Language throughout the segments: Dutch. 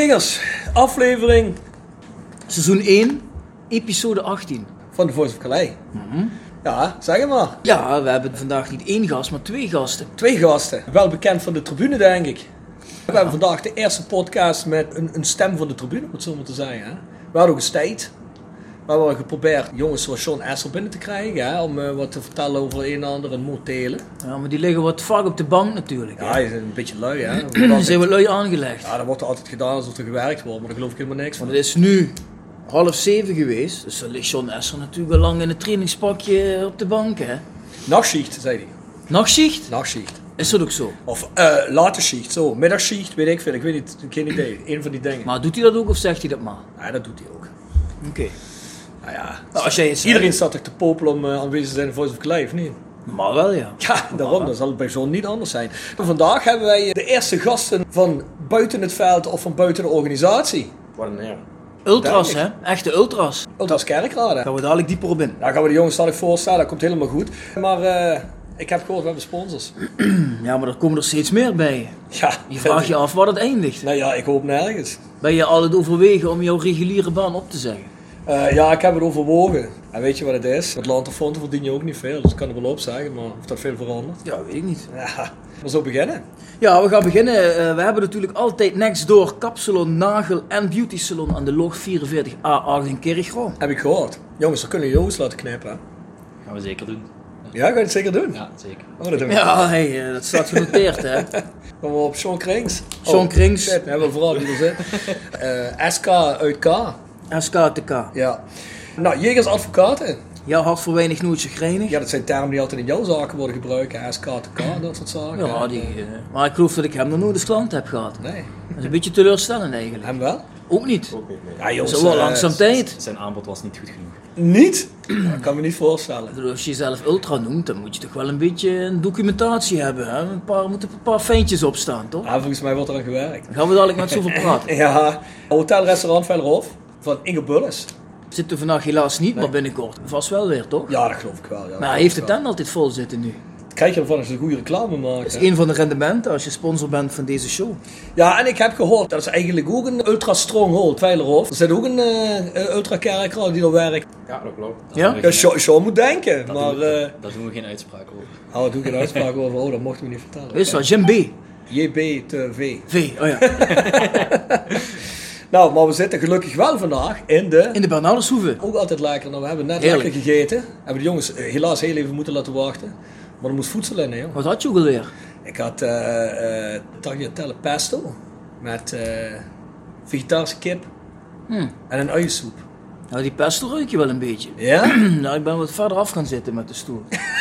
Jegers, aflevering Seizoen 1, episode 18. van The Voice of Calais. Ja, zeg het maar. Ja, we hebben vandaag niet 1 gast, maar 2 gasten. 2 gasten, wel bekend van de tribune denk ik. We hebben vandaag de eerste podcast met een stem van de tribune, om het zo maar te zeggen. Hè. We hadden ook eens tijd. We hebben geprobeerd jongens zoals John Esser binnen te krijgen, hè, om wat te vertellen over een en ander en moordelen. Ja, maar die liggen wat vaak op de bank natuurlijk. Ja, je bent een beetje lui, hè. Ze zijn wat lui aangelegd. Ja, dan wordt er altijd gedaan alsof er gewerkt wordt, maar daar geloof ik helemaal niks van. Want het is nu 6:30 geweest, dus dan ligt John Esser natuurlijk al lang in het trainingspakje op de bank, hè. Nachtschicht, zei hij. Nachtschicht? Nachtschicht. Is dat ook zo? Of late schicht, zo. Middagschicht, weet ik veel. Ik weet niet, geen idee. Een van die dingen. Maar doet hij dat ook of zegt hij dat maar? Ja, dat doet hij ook. Oké. Nou ja, Nou, als jij het zegt- iedereen staat toch te popelen om aanwezig te zijn in Voice of Calais, of niet? Maar wel, ja. Ja, daarom. Dan zal het bij John niet anders zijn. Maar vandaag hebben wij de eerste gasten van buiten het veld of van buiten de organisatie. Wat een eer. Ultras, hè? Denk Echte ultras. Ultras Kerkrade. Gaan we dadelijk dieper op in. Daar gaan we de jongens dadelijk voorstellen, dat komt helemaal goed. Maar ik heb gehoord, we hebben sponsors. Ja, maar er komen er steeds meer bij. Ja, Je vraagt je af waar het eindigt. Nou ja, ik hoop nergens. Ben je al het overwegen om jouw reguliere baan op te zeggen? Ja, ik heb het overwogen. En weet je wat het is? Met Lanterfonten verdien je ook niet veel, dus ik kan er wel op zeggen, maar of dat veel verandert? Ja, weet ik niet. Ja, maar zo beginnen. Ja, we gaan beginnen. We hebben natuurlijk altijd next door kapsalon, nagel en beauty salon aan de log 44A8 in Kerkrade. Heb ik gehoord. Jongens, dan kunnen jongens laten knippen. Hè? Gaan we zeker doen. Ja, ga je het zeker doen? Ja, zeker. Oh, dat doen we. Ja, hey, dat staat genoteerd, hè. Gaan we op Sean Krings. Sean Krings. Shit, we hebben vooral die er zit. SK uit K. SKTK. Ja. Nou, Jegers advocaten. Ja, hard voor weinig, nooit chagrijnig. Ja, dat zijn termen die altijd in jouw zaken worden gebruikt. Hè. SK te K, dat soort zaken. Ja, maar ik geloof dat ik hem nog nooit als klant heb gehad. Nee, Dat is een beetje teleurstellend eigenlijk. hem wel? Ook niet. Ook niet, nee. Ja, Dat jongens. is al wel langzaam tijd. Zijn aanbod was niet goed genoeg. Niet? Dat kan me niet voorstellen. Ik bedoel, als je jezelf ultra noemt, dan moet je toch wel een beetje een documentatie hebben. Hè? Moeten een paar feintjes op staan, toch? Ja, volgens mij wordt er aan gewerkt. Dan gaan we dadelijk met zoveel praten. Ja, hotel-restaurant Vellerhof van Inge Bullis. Zitten we vandaag helaas niet, maar binnenkort vast wel weer, toch? Ja, dat geloof ik wel. Ja, Maar hij heeft de tent altijd vol zitten nu. Krijg je ervan als je een goede reclame maakt. Dat is hè? een van de rendementen als je sponsor bent van deze show. Ja, en ik heb gehoord, dat is eigenlijk ook een ultra stronghold, Veilerhof. Er zit ook een ultra kerkraad die er werkt. Ja, dat klopt. Ja? Ja, Sean moet denken, maar... Daar doen we geen uitspraak over. Oh, doe ik een uitspraak over, oh, dat mochten we niet vertellen. Wees wat, Jim B. JB2V. V, oh ja. Nou, maar we zitten gelukkig wel vandaag in de... In de Bernardeshoeve. Ook altijd lekker, nou, we hebben net Heerlijk. lekker gegeten. Hebben de jongens helaas heel even moeten laten wachten. Maar er moest voedsel in, hè, joh. Wat had je ook alweer? Ik had tagliatelle pesto met vegetarische kip en een uiensoep. Nou, die pesto ruik je wel een beetje. Ja? Nou, ik ben wat verder af gaan zitten met de stoel.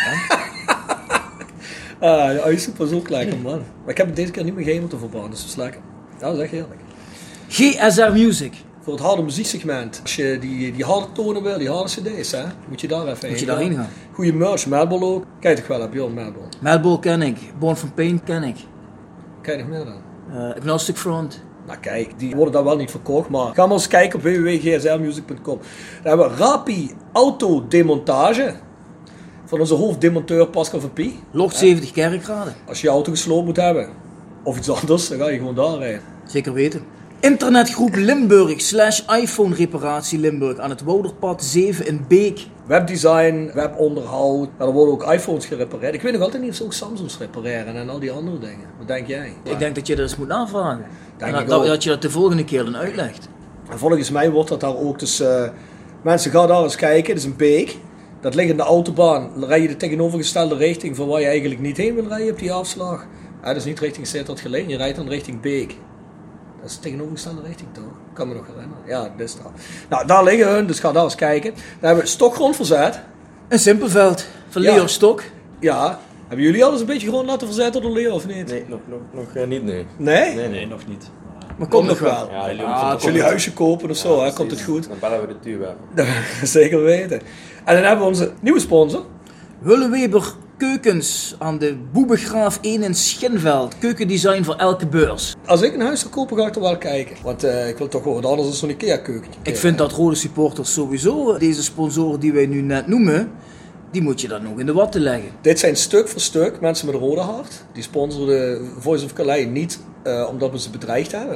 De uiensoep was ook lekker, man. Maar ik heb het deze keer niet meer gehemelte verband, dus dat is lekker. Ja, dat is echt heerlijk. GSR Music. Voor het harde muzieksegment, als je die harde tonen wil, die harde cd's, hè, moet je daar even heen. Moet je daarheen gaan. Goeie merch, Madball ook. Kijk toch wel, heb je al Madball? Madball ken ik. Born from Pain ken ik. Kijk nog meer dan. Agnostic Front. Nou kijk, die worden daar wel niet verkocht, maar ga maar eens kijken op www.gsrmusic.com. Daar hebben we Rapi Autodemontage van onze hoofddemonteur Pascal van Pie. Log 70 Kerkrade. Als je je auto gesloopt moet hebben, of iets anders, dan ga je gewoon daar rijden. Zeker weten. Internetgroep Limburg / iPhone reparatie Limburg aan het Wouderpad 7 in Beek. Webdesign, webonderhoud, maar er worden ook iPhones gerepareerd. Ik weet nog altijd niet of ze ook Samsungs repareren en al die andere dingen. Wat denk jij? Ik denk dat je dat eens moet navragen. Denk En ik dat, ook. dat je dat de volgende keer dan uitlegt. En volgens mij wordt dat daar ook dus... mensen, gaan daar eens kijken. Het is een beek. Dat ligt in de autobaan. Dan rij je de tegenovergestelde richting van waar je eigenlijk niet heen wil rijden op die afslag. Dat is niet richting Sittard-Geleen. Je rijdt dan richting Beek. Dat is de tegenovergestelde richting toch? Kan me nog herinneren. Ja, dat is dat. Nou, daar liggen hun. Dus ga daar eens kijken. Dan hebben we stokgrond verzet. Een Simpelveld van Ja. Leo Stok. Ja. Hebben jullie al eens een beetje grond laten verzetten door Leo of niet? Nee, nog niet, nee. Nee? Nee, nog niet. Maar Komt nog wel. Ja, Leon Ah, vindt Als jullie huisje kopen of zo, hè, komt het goed. Dan bellen we de tuurwerf. Dat zeker weten. En dan hebben we onze nieuwe sponsor. Willeweber Keukens aan de Boebegraaf 1 in Schinveld. Keukendesign voor elke beurs. Als ik een huis zou kopen, ga ik er wel kijken. Want ik wil toch wel wat anders dan zo'n IKEA-keukentje. Ik vind dat rode supporters sowieso, deze sponsoren die wij nu net noemen, die moet je dan nog in de watten leggen. Dit zijn stuk voor stuk mensen met een rode hart. Die sponsoren de Voice of Calais niet omdat we ze bedreigd hebben.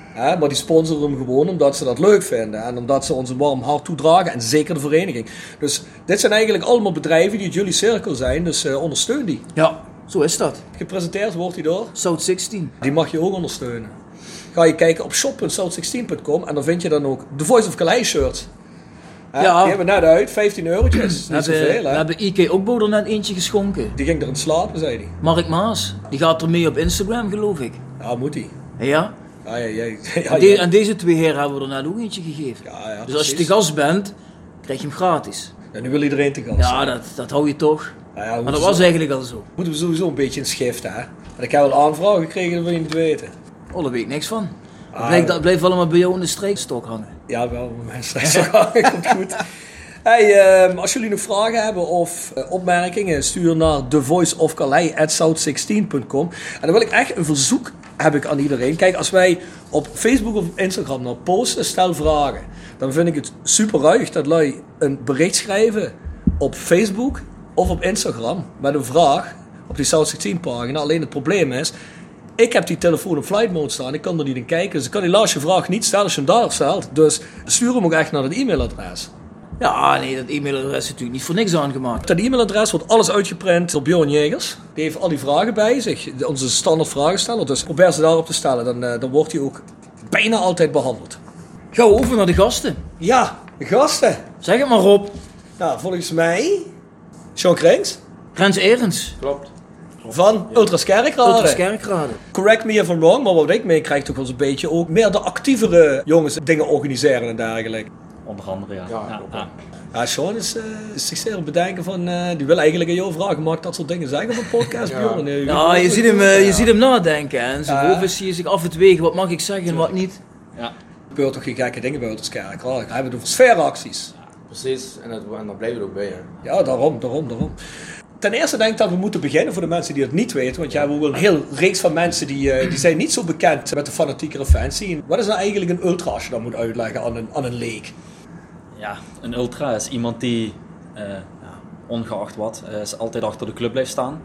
Maar die sponsoren hem gewoon omdat ze dat leuk vinden. En omdat ze ons een warm hart toedragen. En zeker de vereniging. Dus dit zijn eigenlijk allemaal bedrijven die uit jullie cirkel zijn. Dus ondersteun die. Ja, zo is dat. Gepresenteerd wordt hij door. South 16. Die mag je ook ondersteunen. Ga je kijken op shop.south16.com. En dan vind je dan ook The Voice of Calais shirts. Die hebben we net uit. 15 eurotjes. Niet zoveel, hè? We hebben IK Okbo er net eentje geschonken. Die ging erin slapen, zei hij. Mark Maas. Die gaat er mee op Instagram, geloof ik. Ja, moet hij. Ja. En deze twee heren hebben we er net ook eentje gegeven. Ja, dus als je te gast bent, krijg je hem gratis. En nu wil iedereen te gast. Ja, dat hou je toch. Ja, maar dat was eigenlijk al zo. Moeten we sowieso een beetje in schiften, hè? En ik heb wel aanvragen gekregen, dat wil je niet weten. Oh, daar weet ik niks van. Dat blijft allemaal bij jou in de strijkstok hangen. Ja, wel, bij mijn strijkstok hangen, komt goed. Hey, als jullie nog vragen hebben of opmerkingen, stuur naar thevoiceofcalais@south16.com. En dan wil ik echt een verzoek heb ik aan iedereen. Kijk, als wij op Facebook of Instagram nou posten, stel vragen, dan vind ik het super ruig dat lui een bericht schrijven op Facebook of op Instagram met een vraag op die South 16 pagina. Alleen het probleem is, ik heb die telefoon op flight mode staan, ik kan er niet in kijken, dus ik kan die laatste vraag niet stellen als je hem daar stelt. Dus stuur hem ook echt naar het e-mailadres. Ja, nee, dat e-mailadres is natuurlijk niet voor niks aangemaakt. Dat e-mailadres wordt alles uitgeprint door Bjorn Jegers. Die heeft al die vragen bij zich, onze standaard vragensteller. Dus probeer ze daarop te stellen, dan wordt hij ook bijna altijd behandeld. Gaan we over naar de gasten? Ja, de gasten. Zeg het maar, Rob. Nou, volgens mij Sean Krings. Rens Erens. Klopt. Van Ultras Kerkrade. Ultras Kerkrade. Correct me if I'm wrong, maar wat ik meekrijg toch wel eens een beetje ook meer de actievere jongens dingen organiseren en dergelijke. Onder andere, ja. Ja, Sean is zich zeer aan het bedenken van, die wil eigenlijk aan jou vragen, mag ik dat soort dingen zeggen op een podcast, Bjorn? Ja, je ziet hem nadenken en zijn hoofd is hier zich af het wegen, wat mag ik zeggen en wat niet. Ja. Er gebeurt toch geen gekke dingen bij Ultras Kerkrade. We hebben het over sfeeracties. Ja, precies, en daar blijven we ook bij, hè. Ja, daarom. Ten eerste denk ik dat we moeten beginnen voor de mensen die het niet weten. Want ja, we hebben wel een heel reeks van mensen die zijn niet zo bekend met de fanatiekere fanscene. Wat is nou eigenlijk een ultra als je dat moet uitleggen aan een leek? Ja, een ultra is iemand die, ongeacht wat, altijd achter de club blijft staan.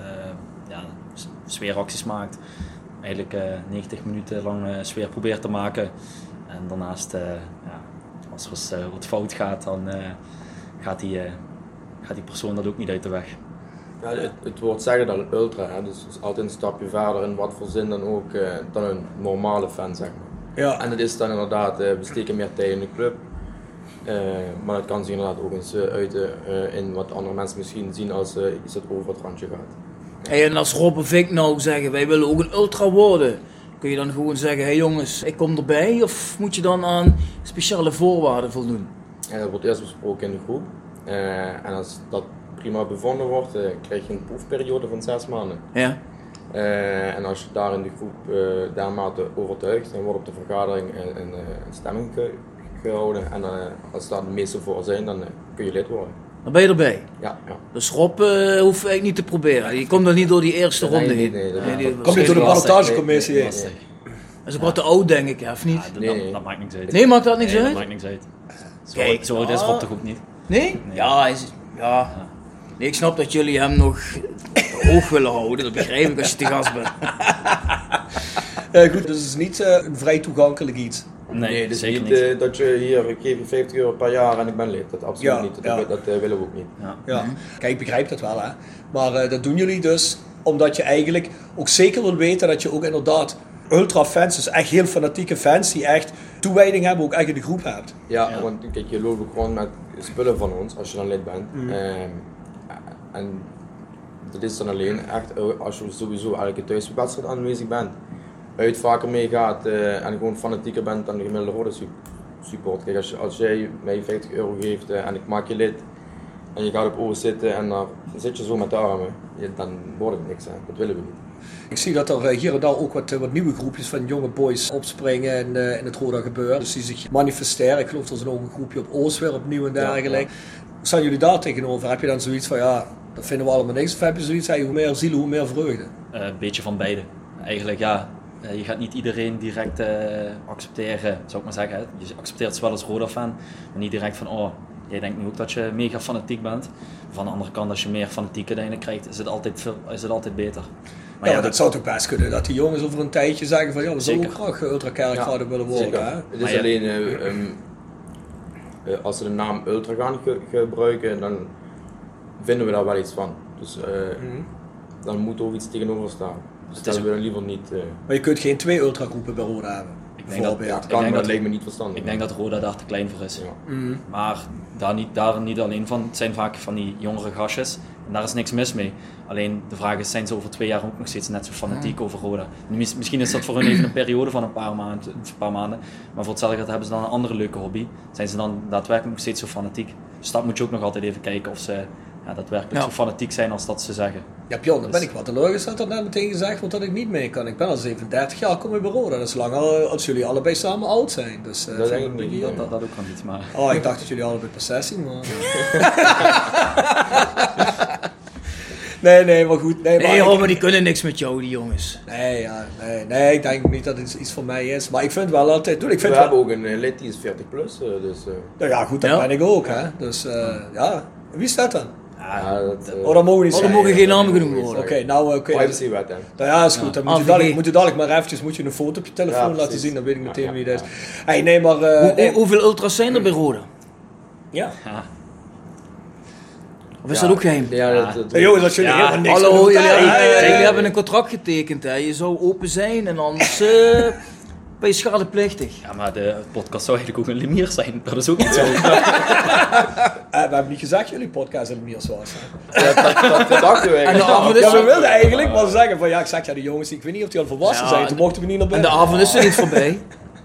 Sfeeracties maakt. Eigenlijk 90 minuten lang sfeer probeert te maken. En daarnaast, als er wat fout gaat, dan gaat die persoon dat ook niet uit de weg. Ja, het woord zeggen dat een ultra, hè, dus is altijd een stapje verder in wat voor zin dan ook dan een normale fan, zeg maar. Ja. En het is dan inderdaad, we steken meer tijd in de club. Maar dat kan zich inderdaad ook eens uiten in wat andere mensen misschien zien als iets dat over het randje gaat. Hey, en als Rob of ik nou zeggen, wij willen ook een ultra worden. Kun je dan gewoon zeggen, hey jongens, ik kom erbij? Of moet je dan aan speciale voorwaarden voldoen? En dat wordt eerst besproken in de groep. En als dat prima bevonden wordt, krijg je een proefperiode van 6 maanden. Ja. En als je daar in de groep daarmate overtuigt, dan wordt op de vergadering een stemming gehouden. En als daar de meeste voor zijn, dan kun je lid worden. Dan ben je erbij. Ja. Dus Rob hoeft eigenlijk niet te proberen. Die komt dan niet door die eerste ronde heen. Komt niet door de ballotagecommissie heen. Dat is ook wat te oud, denk ik, of niet? Dat maakt niks uit. Nee, maakt dat niks uit? Dat maakt niks uit. Kijk, zo is Rob toch ook niet? Nee? Ja. Nee, ik snap dat jullie hem nog hoog willen houden. Dat begrijp ik als je te gast bent. Goed, dus het is niet een vrij toegankelijk iets. Nee, dus zeker niet dat je hier, ik geef je 50 euro per jaar en ik ben lid. Dat absoluut niet. Dat willen we ook niet. Ja. Kijk, ik begrijp dat wel, hè. Maar dat doen jullie dus omdat je eigenlijk ook zeker wil weten dat je ook inderdaad ultra fans, dus echt heel fanatieke fans die echt toewijding hebben, ook echt in de groep hebt. Ja, want kijk, je loopt ook gewoon met spullen van ons als je dan lid bent. En dat is dan alleen echt als je sowieso elke thuiswedstrijd aanwezig bent. Uit vaker meegaat en gewoon fanatieker bent dan de gemiddelde rode support. Kijk, als jij mij 50 euro geeft en ik maak je lid en je gaat op oor zitten en dan zit je zo met de armen, dan wordt het niks. Hè. Dat willen we niet. Ik zie dat er hier en daar ook wat nieuwe groepjes van jonge boys opspringen in het Roda gebeuren. Dus die zich manifesteren. Ik geloof dat er ook een groepje op Oost weer opnieuw en dergelijke. Hoe staan jullie daar tegenover? Heb je dan zoiets van, ja, dat vinden we allemaal niks? Of heb je zoiets van, hoe meer zielen, hoe meer vreugde? Een beetje van beide. Eigenlijk ja, je gaat niet iedereen direct accepteren, zou ik maar zeggen. Hè. Je accepteert ze wel als Roda-fan, maar niet direct van, oh, jij denkt nu ook dat je mega fanatiek bent. Van de andere kant, als je meer fanatieke dingen krijgt, is het altijd beter. Maar ja, dat zou toch best kunnen dat die jongens over een tijdje zeggen van ja, we zouden ook Zeker. graag ultra-kerkraden willen worden. Zeker. Hè? Het is Maar ja. alleen, als ze de naam Ultra gaan gebruiken, dan vinden we daar wel iets van. Dus dan moet er ook iets tegenover staan. Dus Het dat is willen we liever niet. Maar je kunt geen 2 ultragroepen bij Roda hebben. Ik denk dat- bijvoorbeeld. Kan, denk maar dat- dat lijkt me niet verstandig. Ik denk dat Roda daar te klein voor is. Ja. Maar daar niet alleen van. Het zijn vaak van die jongere gastjes. En daar is niks mis mee. Alleen de vraag is, zijn ze over 2 jaar ook nog steeds net zo fanatiek over Roda? Misschien is dat voor hun even een periode van een paar maanden. Maar voor hetzelfde geld hebben ze dan een andere leuke hobby. Zijn ze dan daadwerkelijk nog steeds zo fanatiek? Dus dat moet je ook nog altijd even kijken of ze daadwerkelijk zo fanatiek zijn als dat ze zeggen. Ja, Bjorn, dan ben ik wat teleurgesteld dat net meteen gezegd wordt dat ik niet mee kan. Ik ben al 37 jaar, kom ik bij Roda. Dat is lang als jullie allebei samen oud zijn. Dus, Dat denk ik niet. Dat ook kan niet, maar... Oh, ik dacht dat jullie allebei possessie, maar... nee, maar goed. Maar die kunnen niks met jou, die jongens. Nee, ik denk niet dat het iets voor mij is. Maar ik vind wel altijd... We hebben ook een lid die is 40 plus, dus... Nou ja, goed, dat ben ik ook, hè. Dus, ja. Wie is dat dan? Ja, Oh, dat mogen we niet Er zeggen. mogen geen namen genoemd worden. Oké, nou oké. Privacywet, hè. Nou ja, is goed. Dan moet je, dadelijk maar eventjes een foto op je telefoon Ja, laten precies. zien. Dan weet ik meteen Ja, wie ja, dat is. Hey, nee, maar... Hoeveel ultras zijn er bij Roda? Ja. Ja. Of is dat ook geheim? Ja, dat Hey, jongens, als jullie Ja, helemaal niks Hallo, kunnen jullie vertellen, jullie hebben een contract getekend, hè. Je zou open zijn en anders ben je schadeplichtig. Ja, maar de podcast zou eigenlijk ook een limier zijn. Dat is ook niet zo. we hebben niet gezegd jullie podcast in de Miers was. Hè? dat dachten we En de eigenlijk. avond is Ja, we wilden eigenlijk wel zeggen van ja, ik zeg ja, de jongens, ik weet niet of die al volwassen Ja, zijn. Toen mochten we niet naar En binnen. de avond is er niet voorbij.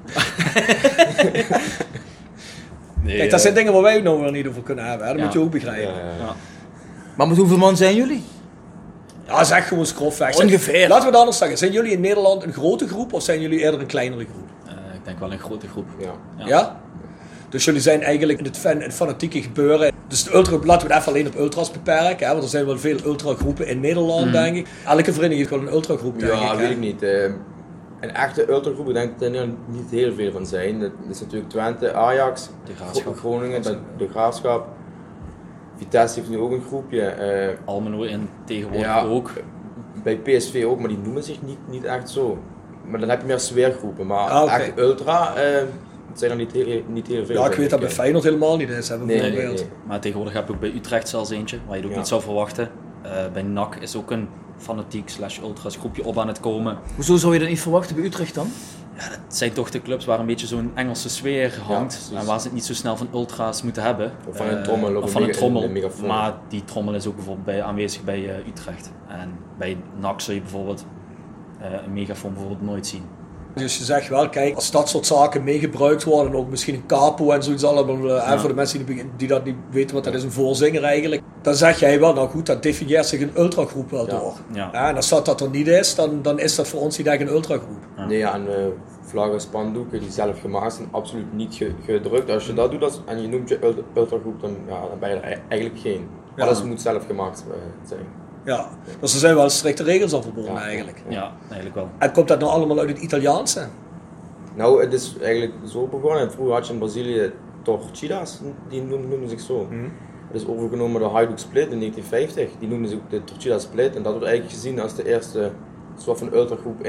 Nee, Kijk, dat zijn dingen waar wij het nou weer niet over kunnen hebben. Hè? Dat Ja. moet je ook begrijpen. ja. Maar met hoeveel man zijn jullie? Ja, zeg gewoon grofweg. Ongeveer. Laten we het anders zeggen. Zijn jullie in Nederland een grote groep of zijn jullie eerder een kleinere groep? Ik denk wel een grote groep. Ja. Ja? Dus jullie zijn eigenlijk in het fanatieke gebeuren. Dus de ultra, laten we het even alleen op ultras beperken. Hè? Want er zijn wel veel ultragroepen in Nederland, denk ik. Elke vereniging heeft wel een ultragroep, denk ik. Ja, hè? weet ik niet. Een echte ultragroep, ik denk dat er niet heel veel van zijn. Dat is natuurlijk Twente, Ajax, De Graafschap. Groningen, de Graafschap. Vitesse heeft nu ook een groepje. Almelo in tegenwoordig Ja. ook. Bij PSV ook, maar die noemen zich niet echt zo. Maar dan heb je meer sfeergroepen. Maar oké. echt ultra, het zijn er niet heel veel. Ja, ik weet dat bij denk Feyenoord helemaal niet is. Hè, Nee, nee, bijvoorbeeld. nee. Maar tegenwoordig heb je ook bij Utrecht zelfs eentje, waar je het ook Ja. niet zou verwachten. Bij NAC is ook een fanatiek /ultras groepje op aan het komen. Hoezo zou je dat niet verwachten bij Utrecht dan? Het zijn toch de clubs waar een beetje zo'n Engelse sfeer hangt. precies. En waar ze het niet zo snel van ultra's moeten hebben. Of van een trommel of van een trommel. een megafoon. Maar die trommel is ook bijvoorbeeld aanwezig bij Utrecht. En bij NAC zul je bijvoorbeeld een megafoon bijvoorbeeld nooit zien. Dus je zegt wel, kijk, als dat soort zaken meegebruikt worden, ook misschien een capo en zoiets allemaal, en voor de mensen die dat niet weten wat dat is, een voorzinger eigenlijk, dan zeg jij wel, nou goed, dat definieert zich een ultragroep wel door. Ja. En als dat er niet is, dan is dat voor ons niet echt een ultragroep. Nee, ja, en vlaggen, spandoeken die zelf gemaakt zijn, absoluut niet gedrukt. Als je dat doet en je noemt je ultragroep, dan ben je er eigenlijk geen. Ja. Alles moet zelf gemaakt zijn. Ja, dus er zijn wel strikte regels aan verbonden Ja. eigenlijk. Ja, eigenlijk wel. En komt dat nou allemaal uit het Italiaanse? Nou, het is eigenlijk zo begonnen. Vroeger had je in Brazilië Torcidas, die noemden zich zo. Het is overgenomen door Hajduk Split in 1950. Die noemden zich ook de Torcidas Split. En dat wordt eigenlijk gezien als de eerste soort van ultragroep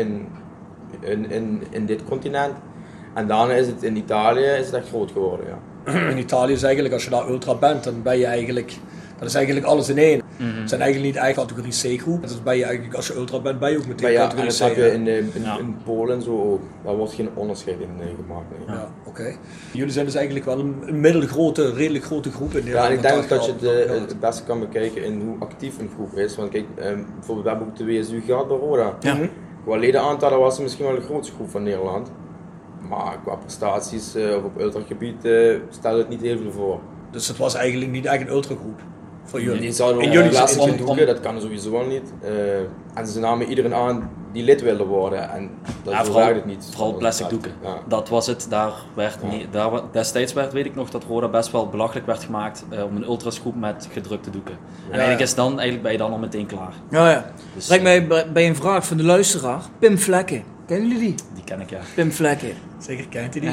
in dit continent. En daarna is het in Italië echt groot geworden. Ja. In Italië is eigenlijk, als je daar ultra bent, dan ben je eigenlijk, dat is eigenlijk alles in één. Het zijn eigenlijk niet eigen categorie C-groep. Dus ben je eigenlijk, als je ultra bent, ben je ook meteen Maar ja, en categorie dat C. heb je Ja. in Polen en zo ook. Daar wordt geen onderscheid in gemaakt. Nee. Ja, oké. Jullie zijn dus eigenlijk wel een middelgrote, redelijk grote groep in Ja, Nederland. en ik denk dat je het het beste kan bekijken in hoe actief een groep is. Want kijk, bijvoorbeeld we hebben ook de WSU gehad bij Roda. Ja. Qua ledenaantallen was het misschien wel de grootste groep van Nederland. Maar qua prestaties of op ultragebied stelde het niet heel veel voor. Dus het was eigenlijk niet echt een ultragroep voor jullie. Die zouden in ook jullie plastic zin. doeken, dat kan sowieso wel niet. En ze namen iedereen aan die lid wilde worden. En dat Ja, zo vooral, werkt het niet. vooral plastic doeken. Ja. Dat was het. Destijds weet ik nog dat Roda best wel belachelijk werd gemaakt om een ultrasgroep met gedrukte doeken. En eigenlijk ben je dan al meteen klaar. Ja. Dus, Lijkt mij bij een vraag van de luisteraar. Pim Vlekken. Kennen jullie die? Die ken ik, ja. Pim Vlekken. Zeker kent hij die.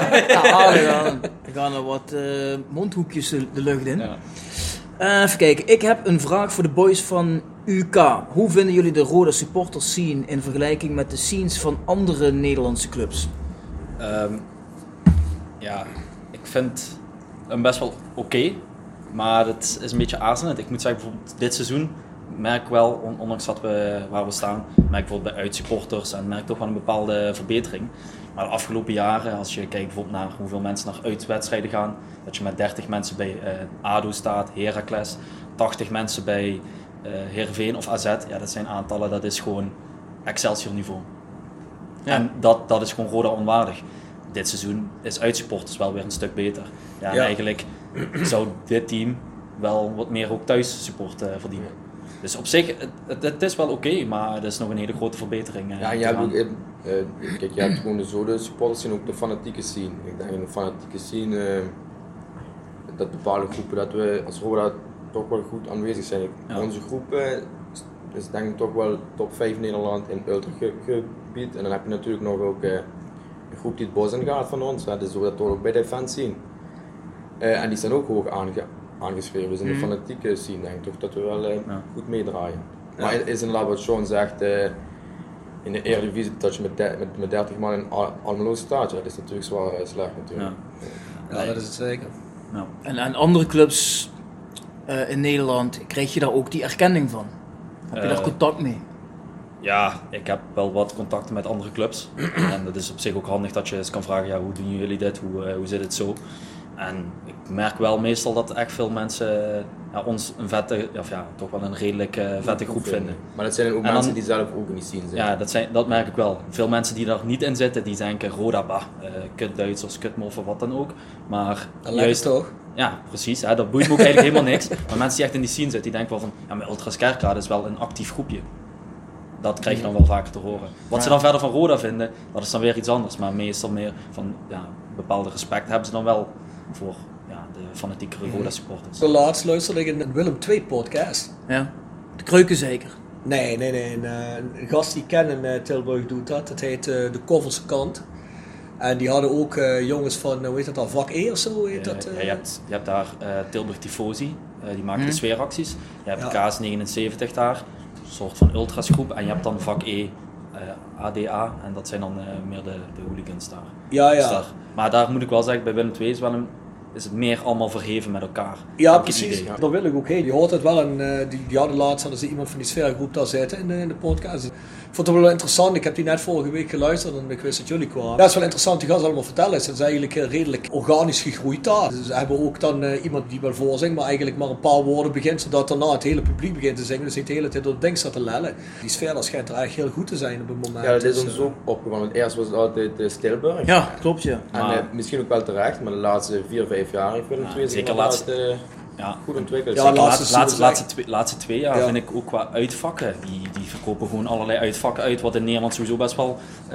Er gaan er wat mondhoekjes de lucht in. Ja. Even kijken. Ik heb een vraag voor de boys van UK. Hoe vinden jullie de Roda supporters scene in vergelijking met de scenes van andere Nederlandse clubs? Ja, ik vind hem best wel oké, maar het is een beetje aarzelend. Ik moet zeggen, bijvoorbeeld dit seizoen merk ik wel, ondanks dat we waar we staan, merk ik bijvoorbeeld bij uitsupporters en merk toch wel een bepaalde verbetering. Maar de afgelopen jaren, als je kijkt bijvoorbeeld naar hoeveel mensen naar uitwedstrijden gaan, dat je met 30 mensen bij ADO staat, Heracles, 80 mensen bij Heerenveen of AZ, ja, dat zijn aantallen, dat is gewoon Excelsior niveau. Ja. En dat is gewoon Roda onwaardig. Dit seizoen is uitsupporters wel weer een stuk beter. Ja, en eigenlijk zou dit team wel wat meer ook thuis support verdienen. Dus op zich, het is wel oké, maar het is nog een hele grote verbetering. Ja, je hebt ook, kijk, je hebt gewoon de supporters en ook de fanatieke scene. Ik denk in de fanatieke scene dat bepaalde groepen, dat we als Roda toch wel goed aanwezig zijn. Ja. Onze groep is denk ik toch wel top 5 Nederland in ultragebied. En dan heb je natuurlijk nog ook een groep die het bos in gaat van ons. Dus dat toch ook bij de fans zien. En die zijn ook hoog aangeschreven. Dus in de fanatieke scene denk ik toch dat we wel goed meedraaien. Ja. Maar het is inderdaad wat Sean zegt, in de Eredivisie dat je met 30 man in Almelo staat, dat is natuurlijk zwaar slecht natuurlijk. Ja, dat is het zeker. Ja. En andere clubs in Nederland, krijg je daar ook die erkenning van? Heb je daar contact mee? Ja, ik heb wel wat contacten met andere clubs. En dat is op zich ook handig dat je eens kan vragen, ja, hoe doen jullie dit, hoe zit het zo? En ik merk wel meestal dat echt veel mensen ons een vette, toch wel een redelijk vette groep vinden. Maar dat zijn ook mensen die zelf ook niet zien zijn. Ja, dat merk ik wel. Veel mensen die daar niet in zitten, die denken Roda, kut Duitsers, kut moffen, wat dan ook. Maar dat juist toch? Ja, precies. Dat boeit me ook eigenlijk helemaal niks. Maar mensen die echt in die scene zitten, die denken wel van, ja, maar Ultras Kerkrade is wel een actief groepje. Dat krijg je dan wel vaker te horen. Wat ze dan verder van Roda vinden, dat is dan weer iets anders. Maar meestal meer van bepaalde respect hebben ze dan wel voor de fanatiekere Roda supporters. De laatst luisterde ik een Willem II podcast. Ja, de Kreuken zeker? Nee. Een gast die ik ken in Tilburg doet dat. Dat heet De Koverse Kant. En die hadden ook jongens van, hoe heet dat al, vak E of zo heet dat? Je hebt daar Tilburg Tifosi, die maken de sfeeracties. Je hebt KS79 daar, een soort van ultrasgroep. En je hebt dan vak E, ADA, en dat zijn dan meer de hooligans daar. Ja. Dus maar daar moet ik wel zeggen, bij Willem II is het meer allemaal verheven met elkaar. Ja, precies. Daar wil ik ook heen. Je hoort het wel. Die hadden laatst hadden ze iemand van die sfeergroep daar zitten in de podcast. Ik vond het wel interessant. Ik heb die net vorige week geluisterd en ik wist dat jullie kwamen. Dat is wel interessant. Die gaan ze allemaal vertellen. Het is eigenlijk redelijk organisch gegroeid daar. Dus ze hebben ook dan iemand die wel voorzingt, maar eigenlijk maar een paar woorden begint, zodat daarna het hele publiek begint te zingen. Dus niet de hele tijd door het ding staat te lellen. Die sfeer dat schijnt er eigenlijk heel goed te zijn op het moment. Ja, dat is ons ook opgevallen. Want eerst was het altijd Stilburg. Ja, klopt ja. En misschien ook wel terecht, maar de laatste 4-5 jaar heeft Willem II zich goed ontwikkeld. Ja, de laatste 2 jaar vind ik ook qua uitvakken. Die verkopen gewoon allerlei uitvakken uit, wat in Nederland sowieso best wel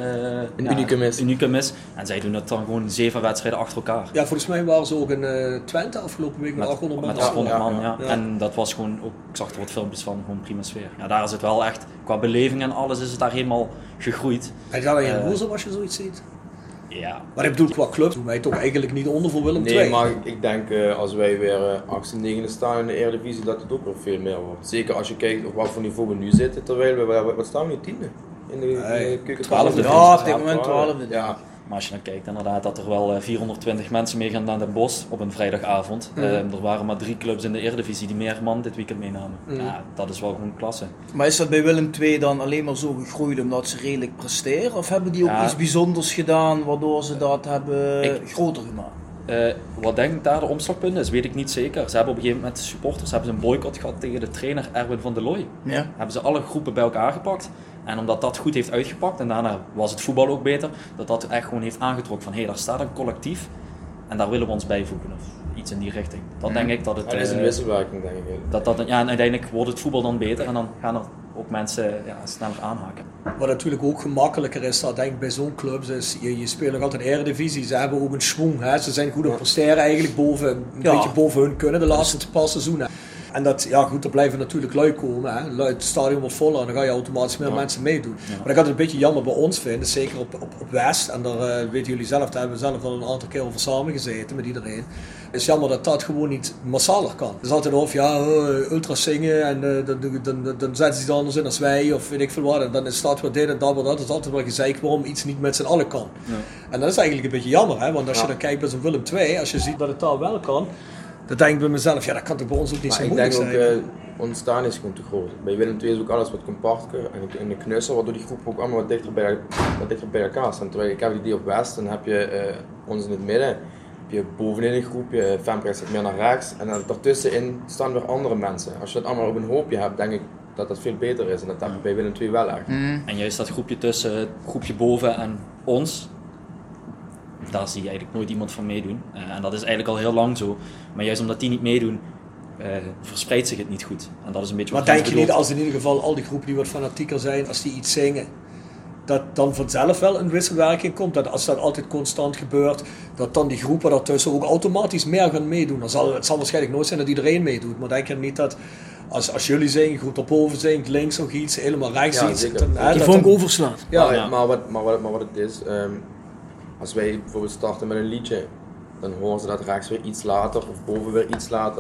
een unicum is. En zij doen het dan gewoon 7 wedstrijden achter elkaar. Ja, volgens mij waren ze ook in Twente afgelopen week met 800 man. Met 800 man, ja. En dat was gewoon, ook, ik zag er wat filmpjes van, gewoon prima sfeer. Ja, daar is het wel echt, qua beleving en alles is het daar helemaal gegroeid. Hij gaat er geen boos op als je zoiets ziet. Ja. Maar ik bedoel, qua clubs doen wij toch eigenlijk niet onder voor Willem II. Nee, maar ik denk als wij weer 8e, 9e staan in de Eredivisie, dat het ook nog veel meer wordt. Zeker als je kijkt op wat voor niveau we nu zitten, terwijl we, wat staan we nu, 10e? In de keuken 12e. Ja, op dit moment 12e. Ja. Maar als je dan kijkt inderdaad dat er wel 420 mensen meegaan naar Den Bosch op een vrijdagavond. Er waren maar 3 clubs in de Eredivisie die meer man dit weekend meenamen. Ja, dat is wel gewoon klasse. Maar is dat bij Willem II dan alleen maar zo gegroeid omdat ze redelijk presteren? Of hebben die ook iets bijzonders gedaan waardoor ze dat hebben groter gemaakt? Wat denk ik daar de omslagpunt is, weet ik niet zeker. Ze hebben op een gegeven moment de supporters een boycott gehad tegen de trainer Erwin van der Looy. Ja. Hebben ze alle groepen bij elkaar gepakt. En omdat dat goed heeft uitgepakt en daarna was het voetbal ook beter, dat echt gewoon heeft aangetrokken van daar staat een collectief en daar willen we ons bijvoegen of iets in die richting. Dat denk ik dat het... Dat is een wisselwerking denk ik. En uiteindelijk wordt het voetbal dan beter en dan gaan er ook mensen sneller aanhaken. Wat natuurlijk ook gemakkelijker is, dat denk ik bij zo'n clubs is, je speelt nog altijd Eredivisie, ze hebben ook een schwung, hè? Ze zijn goed op presteren eigenlijk, een beetje boven hun kunnen de laatste paar seizoenen. En dat, ja goed, er blijven natuurlijk lui komen. Hè. Het stadion wordt voller en dan ga je automatisch meer mensen meedoen. Ja. Maar dat gaat het een beetje jammer bij ons vinden, zeker op West. En daar weten jullie zelf, daar hebben we zelf al een aantal keer over samengezeten met iedereen. Het is jammer dat dat gewoon niet massaler kan. Het is altijd of ultras zingen en dan zetten ze iets anders in als wij of weet ik veel wat. En dan staat wat dit en dat is altijd wel gezeik waarom iets niet met z'n allen kan. Ja. En dat is eigenlijk een beetje jammer, hè? Want als je dan kijkt bij zo'n Willem II, als je ziet dat het daar wel kan, dan denk ik bij mezelf, ja dat kan toch bij ons ook niet zo moeilijk zijn. Ik denk ook, ons staan is gewoon te groot. Bij Willem II is ook alles wat compacter en de knusser, waardoor die groep ook allemaal wat dichter bij elkaar staan. Terwijl ik heb het idee op West, dan heb je ons in het midden. Je bovenin een groepje, Femprecht zit meer naar rechts en dan daartussenin staan weer andere mensen. Als je dat allemaal op een hoopje hebt, denk ik dat dat veel beter is en dat heb je bij Willem II wel echt. En juist dat groepje tussen het groepje boven en ons, daar zie je eigenlijk nooit iemand van meedoen. En dat is eigenlijk al heel lang zo. Maar juist omdat die niet meedoen, verspreidt zich het niet goed. En dat is een beetje maar denk je niet als in ieder geval al die groepen die wat fanatieker zijn, als die iets zingen, dat dan vanzelf wel een wisselwerking komt, dat als dat altijd constant gebeurt, dat dan die groepen daartussen ook automatisch meer gaan meedoen. Het zal waarschijnlijk nooit zijn dat iedereen meedoet, maar denk je niet dat als jullie zingen, groep daarboven zingt, links nog iets, helemaal rechts iets, die vonk overslaat. Ja. Maar wat het is, als wij bijvoorbeeld starten met een liedje, dan horen ze dat rechts weer iets later of boven weer iets later.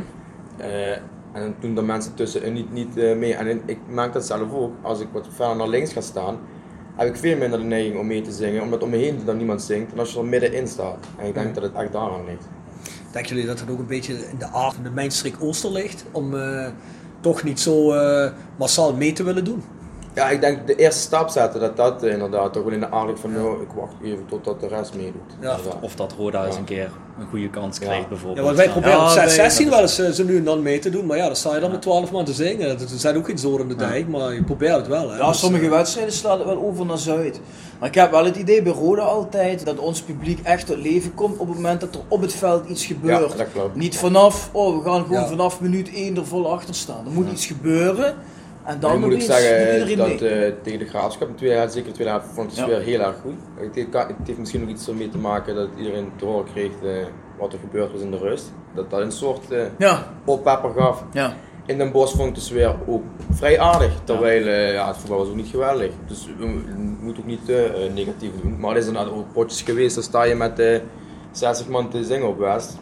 En dan doen de mensen tussenin niet mee. En ik maak dat zelf ook, als ik wat verder naar links ga staan, heb ik veel minder de neiging om mee te zingen, omdat om me heen dan niemand zingt en als je er middenin staat. En ik denk dat het echt daaraan ligt. Denken jullie dat het ook een beetje in de aard van de mijnstreek Ooster ligt, om toch niet zo massaal mee te willen doen? Ja, ik denk de eerste stap zetten, dat inderdaad toch wel in de aard ligt van nou, ik wacht even totdat de rest meedoet. Ja. Of dat Roda eens een keer een goede kans krijgt bijvoorbeeld. Ja, want wij proberen op 16 wel eens zo nu en dan mee te doen, maar ja, dan sta je dan met 12 man te zingen. Er zijn ook geen zoren in de dijk, maar je probeert het wel. Hè. Ja, sommige wedstrijden slaat het wel over naar Zuid. Maar ik heb wel het idee bij Roda altijd dat ons publiek echt tot leven komt op het moment dat er op het veld iets gebeurt. Ja, dat klopt. Niet vanaf, we gaan gewoon vanaf minuut 1 er vol achter staan. Er moet iets gebeuren. En dan moet ik zeggen dat mee. tegen de Graafschap, zeker de tweede helft, vond ik het weer heel erg goed. Het heeft misschien ook iets ermee te maken dat iedereen te horen kreeg wat er gebeurd was in de rust. Dat een soort oppepper gaf. Ja. In Den Bosch vond ik de sfeer ook vrij aardig, terwijl het voetbal was ook niet geweldig. Dus we moeten ook niet negatief doen. Maar er is inderdaad ook potjes geweest, dan sta je met 60 man te zingen op West.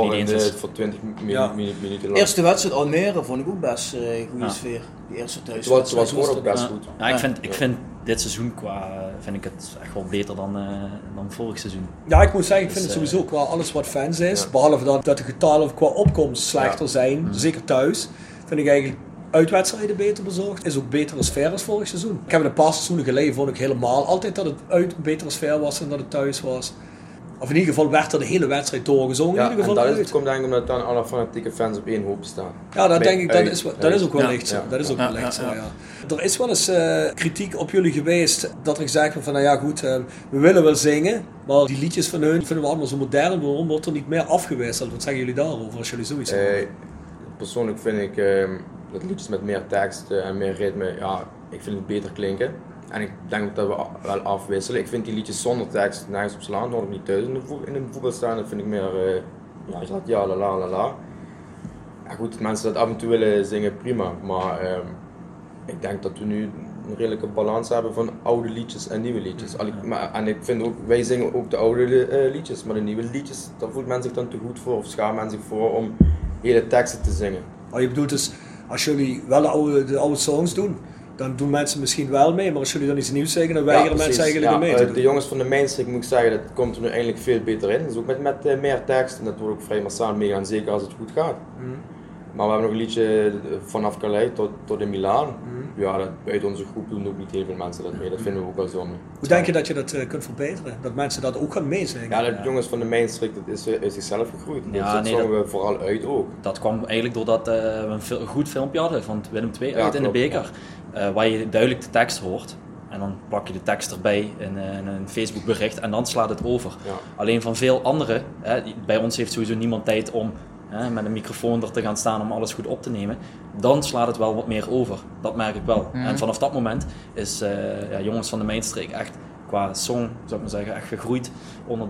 Voor 20 minuten lang. Eerste wedstrijd Almere vond ik ook best goede sfeer. Die eerste thuiswedstrijd. Het was gewoon ook best goed. Ja, ik vind dit seizoen vind ik het echt wel beter dan vorig seizoen. Ja, ik moet zeggen, ik vind het sowieso qua alles wat fans is, behalve dat de getallen qua opkomst slechter zijn, zeker thuis, vind ik eigenlijk uitwedstrijden beter bezorgd. Is ook betere sfeer als vorig seizoen. Ik heb een paar seizoenen geleden vond ik helemaal altijd dat het uit een betere sfeer was dan dat het thuis was. Of in ieder geval werd er de hele wedstrijd doorgezongen. Ja, in ieder geval het komt denk ik omdat dan alle fanatieke fans op één hoop staan. Ja, dat denk ik, dat is ook wel licht zo. Dat is ook wel licht zo, ja. Er is wel eens kritiek op jullie geweest dat er gezegd wordt van, nou ja goed, we willen wel zingen, maar die liedjes van hun vinden we allemaal zo modern, waarom wordt er niet meer afgewisseld? Wat zeggen jullie daarover als jullie zoiets hebben? Persoonlijk vind ik dat liedjes met meer tekst en meer ritme, ik vind het beter klinken. En ik denk ook dat we wel afwisselen. Ik vind die liedjes zonder tekst nergens op slaan, hoor ik niet thuis in een voetbal staan. Dat vind ik meer, la la la la. Ja goed, mensen dat af en toe willen zingen, prima. Maar ik denk dat we nu een redelijke balans hebben van oude liedjes en nieuwe liedjes. En ik vind ook, wij zingen ook de oude liedjes, maar de nieuwe liedjes, daar voelt men zich dan te goed voor of schaamt men zich voor om hele teksten te zingen. Maar je bedoelt dus, als jullie wel de oude songs doen, dan doen mensen misschien wel mee, maar als jullie dan iets nieuws zeggen, dan weigeren mensen eigenlijk mee te doen. De jongens van de mainstream, moet ik zeggen, dat komt er nu eigenlijk veel beter in. Dus ook met meer tekst, en dat wordt ook vrij massaal meegaan, zeker als het goed gaat. Maar we hebben nog een liedje vanaf Calais tot in Milaan. Ja, uit onze groep doen ook niet heel veel mensen dat mee, dat vinden we ook wel zonde. Hoe denk je dat je dat kunt verbeteren? Dat mensen dat ook gaan meezingen? Ja, de jongens van de mainstream, dat is uit zichzelf gegroeid. Dat zongen we vooral uit ook. Dat kwam eigenlijk doordat we een goed filmpje hadden van Willem II uit in de beker. Waar je duidelijk de tekst hoort. En dan plak je de tekst erbij in een Facebook bericht en dan slaat het over. Ja. Alleen van veel anderen, bij ons heeft sowieso niemand tijd om met een microfoon er te gaan staan om alles goed op te nemen. Dan slaat het wel wat meer over. Dat merk ik wel. En vanaf dat moment is jongens van de Mijnstreek echt qua song, zou ik maar zeggen, echt gegroeid onder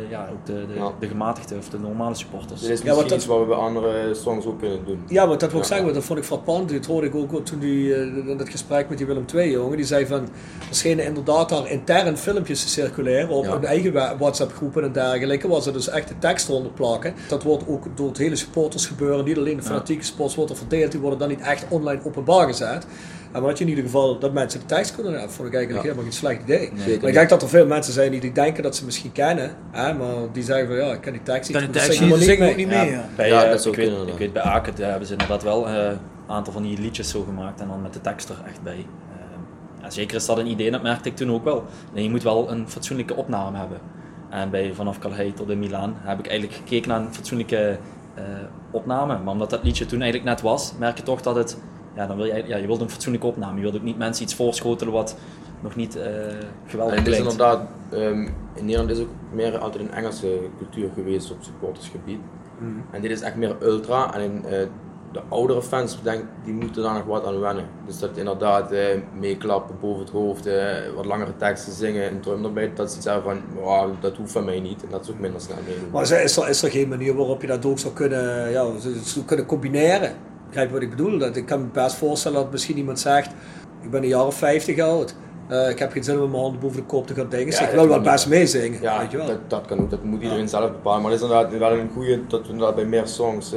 de gematigde of de normale supporters. Dit is misschien iets wat we bij andere songs ook kunnen doen. Ja, want dat wil ik zeggen, want dat vond ik frappant. Dat hoorde ik ook toen in dat gesprek met die Willem II jongen. Die zei van, er schenen inderdaad daar intern filmpjes te circuleren op hun eigen WhatsApp groepen en dergelijke, waar ze dus echt de tekst eronder plakken. Dat wordt ook door het hele supporters gebeuren, niet alleen de fanatieke sports wordt er verdeeld, die worden dan niet echt online openbaar gezet. En wat je in ieder geval, dat mensen de tekst kunnen hebben, vond ik eigenlijk helemaal geen slecht idee. Nee, maar ik denk dat er veel mensen zijn die denken dat ze misschien kennen, maar die zeggen van ik ken die tekst niet. Kan die tekst niet mee. Ik weet bij Aken hebben ze inderdaad wel een aantal van die liedjes zo gemaakt en dan met de tekst er echt bij. Zeker is dat een idee, dat merkte ik toen ook wel. En je moet wel een fatsoenlijke opname hebben. En vanaf Calais tot in Milaan heb ik eigenlijk gekeken naar een fatsoenlijke opname. Maar omdat dat liedje toen eigenlijk net was, merk je toch dat het... dan wil je wilt een fatsoenlijke opname. Je wilt ook niet mensen iets voorschotelen wat nog niet geweldig klinkt. En inderdaad, in Nederland is ook meer altijd een Engelse cultuur geweest op supportersgebied. En dit is echt meer ultra. En de oudere fans, die moeten daar nog wat aan wennen. Dus dat inderdaad meeklappen boven het hoofd, wat langere teksten zingen, een drum erbij, dat ze zeggen van, dat hoeft van mij niet. En dat is ook minder snel meedoen. Maar is er geen manier waarop je dat ook zou kunnen combineren? Begrijp je wat ik bedoel? Ik kan me best voorstellen dat misschien iemand zegt, ik ben een jaar of 50 oud. Ik heb geen zin om mijn handen boven de kop te gaan dingen. Ik wil wel best meezingen. Ja, weet je wel. Dat kan ook. Dat moet iedereen zelf bepalen. Maar het is inderdaad wel een goede dat we inderdaad bij meer songs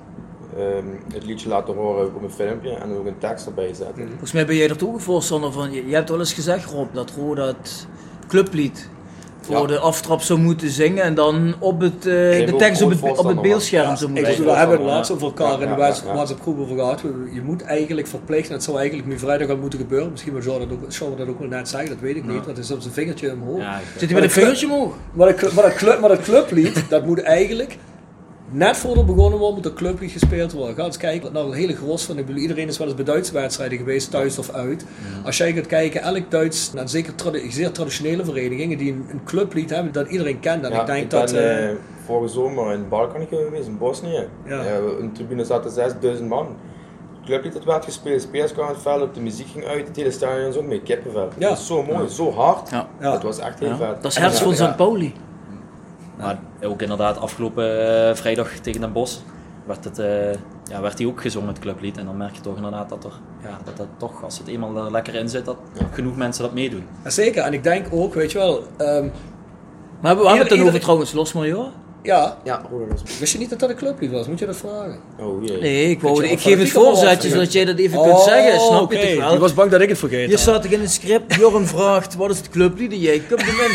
het liedje laten horen op een filmpje en er ook een tekst erbij zetten. Volgens mij ben jij er toch een voorstander van. Je hebt wel eens gezegd, Rob, dat Roda het clublied voor de aftrap zou moeten zingen en dan op de tekst op het beeldscherm zou moeten zingen. We hebben het laatst over elkaar in de WhatsApp groep over gehad. Je moet eigenlijk verplicht, en het zou eigenlijk nu vrijdag al moeten gebeuren. Misschien wil Sean dat ook wel net zeggen, dat weet ik niet, want het is op zijn vingertje omhoog. Zit hij met een vingertje omhoog? Maar dat clublied, dat moet eigenlijk... Net voordat begonnen wordt, moet de clublied gespeeld worden. Ga eens kijken naar een hele gros van. Iedereen is wel eens bij Duitse wedstrijden geweest, thuis of uit. Als jij gaat kijken, elk Duits, zeker zeer traditionele verenigingen die een clublied hebben dat iedereen kent. En ik ben vorige zomer in Balkan geweest, in Bosnië. In de tribune zaten 6000 man. Het clublied dat werd gespeeld, spelers kwamen het veld op, de muziek ging uit, het hele stadion is ook mee kippenvel. Het was zo mooi, zo hard. Het was echt heel vet. Dat is herfst van St. Pauli. Maar ook inderdaad afgelopen vrijdag tegen Den Bosch werd hij ook gezongen, het clublied. En dan merk je toch inderdaad dat toch, als het eenmaal er lekker in zit, dat genoeg mensen dat meedoen. Ja, zeker, en ik denk ook, weet je wel... maar we hebben het dan over trouwens Los Major? Ja. Roda. Wist je niet dat dat een clublied was? Moet je dat vragen? Oh jee. Nee, ik geef het voorzetje zodat jij dat even kunt zeggen, snap je toch wel? Ik was bang dat ik het vergeten had. Je staat toch in het script, Jorn vraagt, wat is het clublied? En jij komt erin.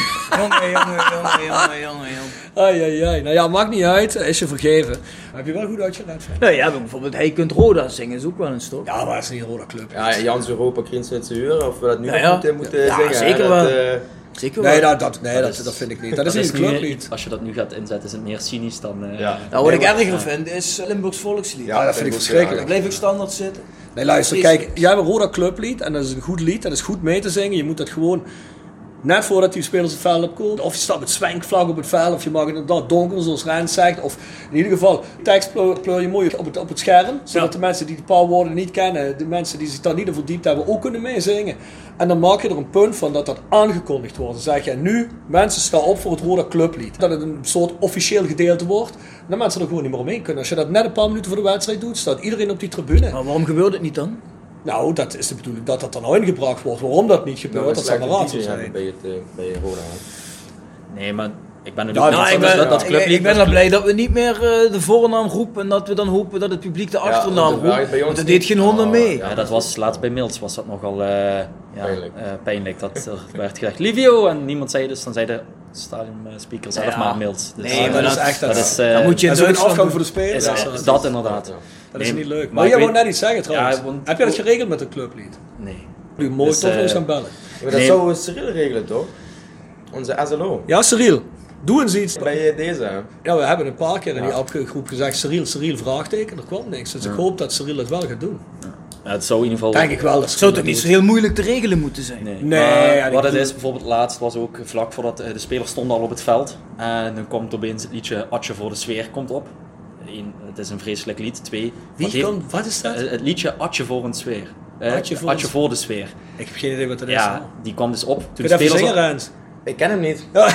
Jongen. Ai. Nou ja, maakt niet uit, is je vergeven. Heb je wel goed uitgelegd? Nou ja, bijvoorbeeld Hij kunt Roda zingen, is ook wel een stok. Ja, maar het is niet een Roda club. Ja, Jans Europa, Kriensnitse Uren, of we dat nu moeten zingen. Zeker wel. Nee, dat vind ik niet. Dat is niet een clublied. Als je dat nu gaat inzetten, is het meer cynisch dan... wat ik erger vind, is Limburgs volkslied. Ja, dat vind ik verschrikkelijk. Dan blijf ik standaard zitten. Nee, luister, kijk, jij hebt een Roda clublied en dat is een goed lied, dat is goed mee te zingen. Je moet dat gewoon... Net voordat die spelers het veld opkomen, of je staat met zwenkvlag op het veld, of je mag inderdaad donker zoals Rens zegt, of in ieder geval tekst pleur je mooi op het scherm, zodat de mensen die de paar woorden niet kennen, de mensen die zich daar niet in verdiept hebben, ook kunnen meezingen. En dan maak je er een punt van dat aangekondigd wordt. Dan zeg je nu, mensen staan op voor het Roda clublied. Dat het een soort officieel gedeelte wordt, en dat mensen er gewoon niet meer omheen kunnen. Als je dat net een paar minuten voor de wedstrijd doet, staat iedereen op die tribune. Maar waarom gebeurt het niet dan? Nou, dat is de bedoeling dat dat dan ingebracht wordt. Waarom dat niet gebeurt, dat zal een raadsel zijn. Bij Roda. Nee, maar ik ben ik ben er blij dat we niet meer de voornaam roepen en dat we dan hopen dat het publiek de achternaam roept. Want dat deed geen honden mee. Ja, dat was laatst bij Mills was dat nogal pijnlijk. Dat er werd gezegd Livio en niemand zei dus, dan zei de stadionspeaker zelf maar Mills. Dus, nee, maar dat is echt... Dan moet je een afgang voor de spelers. Dat inderdaad. Dat is niet leuk. Maar jij wou net iets zeggen trouwens. Heb je dat geregeld met een clublied? Nee. Nu mooi toch eens gaan bellen. Maar dat zou Cyril regelen toch? Onze SLO. Ja, Cyril. Doe eens iets. Bij deze. Ja, we hebben een paar keer in die appgroep gezegd Cyril, vraagteken, er kwam niks. Dus ik hoop dat Cyril het wel gaat doen. Ja, het zou in ieder geval... Denk ik wel. Zou toch niet zo heel moeilijk te regelen moeten zijn? Nee, wat het is, bijvoorbeeld laatst was ook vlak voordat de spelers stonden al op het veld. En dan komt opeens het liedje Atje voor de sfeer komt op. 1, het is een vreselijk lied. 2, wat is dat? Het liedje Atje voor een sfeer. Atje voor de sfeer. Ik heb geen idee wat dat is. Ja, die kwam dus op. Kun je even zingen, Rens? Ik ken hem niet. Ja.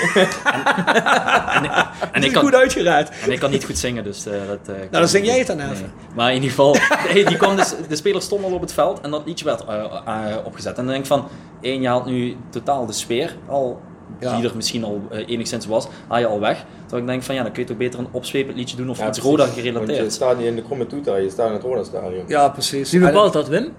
En ik kan goed uitgeraad. En ik kan niet goed zingen, dus dan zing jij het dan even. Nee. Maar in ieder geval, die kwam dus, de spelers stonden al op het veld en dat liedje werd opgezet. En dan denk ik van, je haalt nu totaal de sfeer al, die er misschien al enigszins was, haal je al weg. Terwijl ik denk van, dan kun je toch beter een opzwepend liedje doen of iets Roda gerelateerd. Want je staat niet in de Kromme Toeter, je staat in het Roda Stadion. Ja, precies. Wie bepaalt dat, Wim?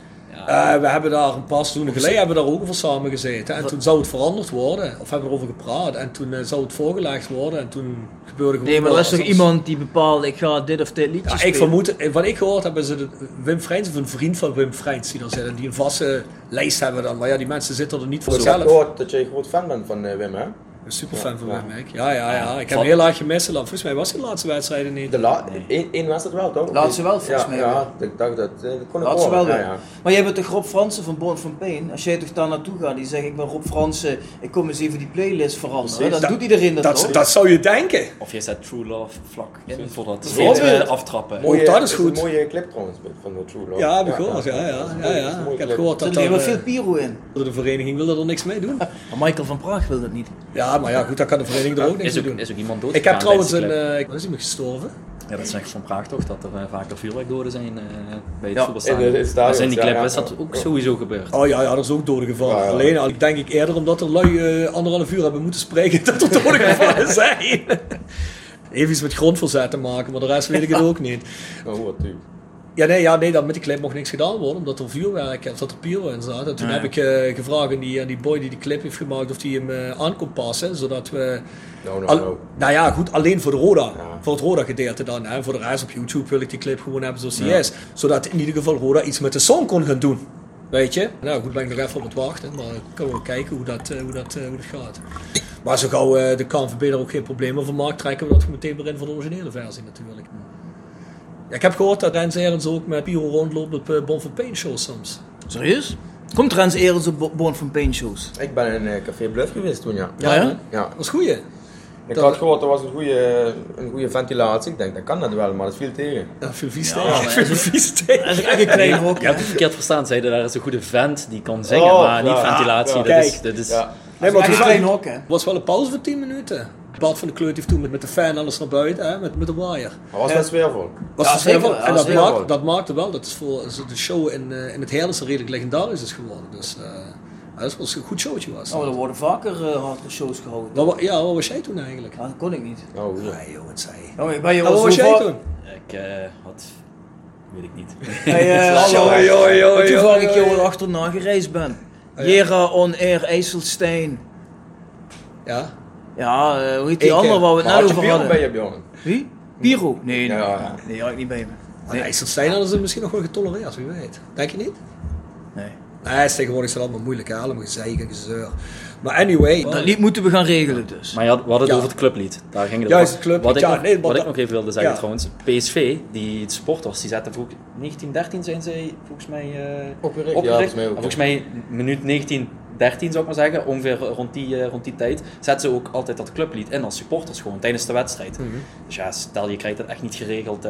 We hebben daar een paar seizoenen geleden hebben we daar ook over samen gezeten. En toen zou het veranderd worden, of hebben we erover gepraat. En toen zou het voorgelegd worden en toen gebeurde gewoon... Nee, maar er is toch iemand die bepaalt, ik ga dit of dit liedje spelen? Ik vermoed, wat ik gehoord heb, is Wim Freins of een vriend van Wim Freins die er zit. En die een vaste lijst hebben dan. Maar ja, die mensen zitten er niet voor zelf. Ik heb gehoord dat jij een groot fan bent van Wim, hè? Een superfan van Wim, ik. Ja. Ik heb hem heel laag gemist. Volgens mij was die laatste wedstrijden niet. Eén wedstrijd wel, toch? Laatste wel, volgens mij. Ja, ik dacht dat kon ik laatste wel. Ja. Maar jij bent toch Rob Fransen van Born from Pain? Als jij toch daar naartoe gaat, die zegt ik ben Rob Fransen, ik kom eens even die playlist veranderen. Dan doet iedereen dat toch? Dat zou je denken. Of je zet True Love vlak in voor dat aftrappen. Dat is goed. Een mooie clip trouwens van de True Love. Ja, heb ik gehoord. Ja. Ik heb gehoord dat er wel veel pyro in. De vereniging wil er niks mee doen. Maar Michael van Praag wil dat niet. Ja, maar ja, goed, dat kan de vereniging er ook niks mee doen. Is ook iemand dood? Ik heb trouwens wat is iemand gestorven? Ja, dat zegt Van Praag toch, dat er vaker vuurwerkdoden zijn bij het voetbalstadion. Dus in die clip is dat ook sowieso gebeurd. Oh ja, er is ook doden gevallen. Ja. Alleen denk ik eerder omdat er lui 1,5 uur hebben moeten spreken dat er doden gevallen zijn. Even iets met grondverzet te maken, maar de rest weet ik het ook niet. Oh, wat duur. Nee, dat met die clip mocht niks gedaan worden, omdat er vuurwerk, dat er pyro in zat. En toen heb ik gevraagd aan die boy die clip heeft gemaakt of die hem aan kon passen, zodat we... Nou ja, goed, alleen voor de Roda, voor het Roda gedeelte dan. Hè. Voor de rest op YouTube wil ik die clip gewoon hebben zoals die is. Zodat in ieder geval Roda iets met de song kon gaan doen. Weet je? Nou goed, ben ik nog even op het wachten, maar kunnen we kijken hoe dat gaat. Maar zo gauw de KNVB er ook geen probleem over maakt, trekken we dat meteen weer in voor de originele versie natuurlijk. Ja, ik heb gehoord dat Rens Erens ook met pyro rondloopt op Born from Pain shows soms. Serieus? Komt Rens Erens op Born from Pain shows? Ik ben in Café Bluff geweest toen, ja. Ja? Dat was goeie. Ik had gehoord, er was een goede ventilatie. Ik denk, dat kan dat wel, maar dat viel tegen. Ja, veel vies tegen. Dat is echt een klein hok. Je hebt het verkeerd verstaan. Zeiden daar is een goede vent die kan zingen, maar niet ventilatie. Dat is Nee, maar het is een klein hok, hè. Er was wel een pauze van 10 minuten. Bart van de Kleut heeft toen met de fan alles naar buiten, hè, met de wire. Maar was wel sfeervol. En dat maakte wel dat het voor de show in het Heerlijkse redelijk legendarisch is geworden. Dus dat was een goed showtje. Er worden vaker hardcore shows gehouden. Wat was jij toen eigenlijk? Dat kon ik niet. Nee joh, wat zei je? Wat was jij toen? Ik had... weet ik niet. Toen vaak ik jou achterna gereisd ben. Jera On Air IJsselstein. Ja? Ja, hoe heet die andere waar we het net over hadden? Bij je, Bjorn? Wie? Piro? Nee, had ik niet bij me. Nee. IJsselstein hadden ze misschien nog wel getolereerd, wie weet. Denk je niet? Nee. Nee, is tegenwoordig wel allemaal moeilijk, hè? Allemaal gezeik en gezeur. Maar anyway... Dat lied moeten we gaan regelen dus. Maar we hadden het over het clublied. Daar ging het over. Het clublied. Wat ik nog even wilde zeggen trouwens. PSV, die supporters, die zetten vroeg 1913 zijn zij volgens mij opgericht. Volgens mij minuut 1913 zou ik maar zeggen, ongeveer rond die tijd, zetten ze ook altijd dat clublied in als supporters gewoon tijdens de wedstrijd. Dus ja, stel je krijgt het echt niet geregeld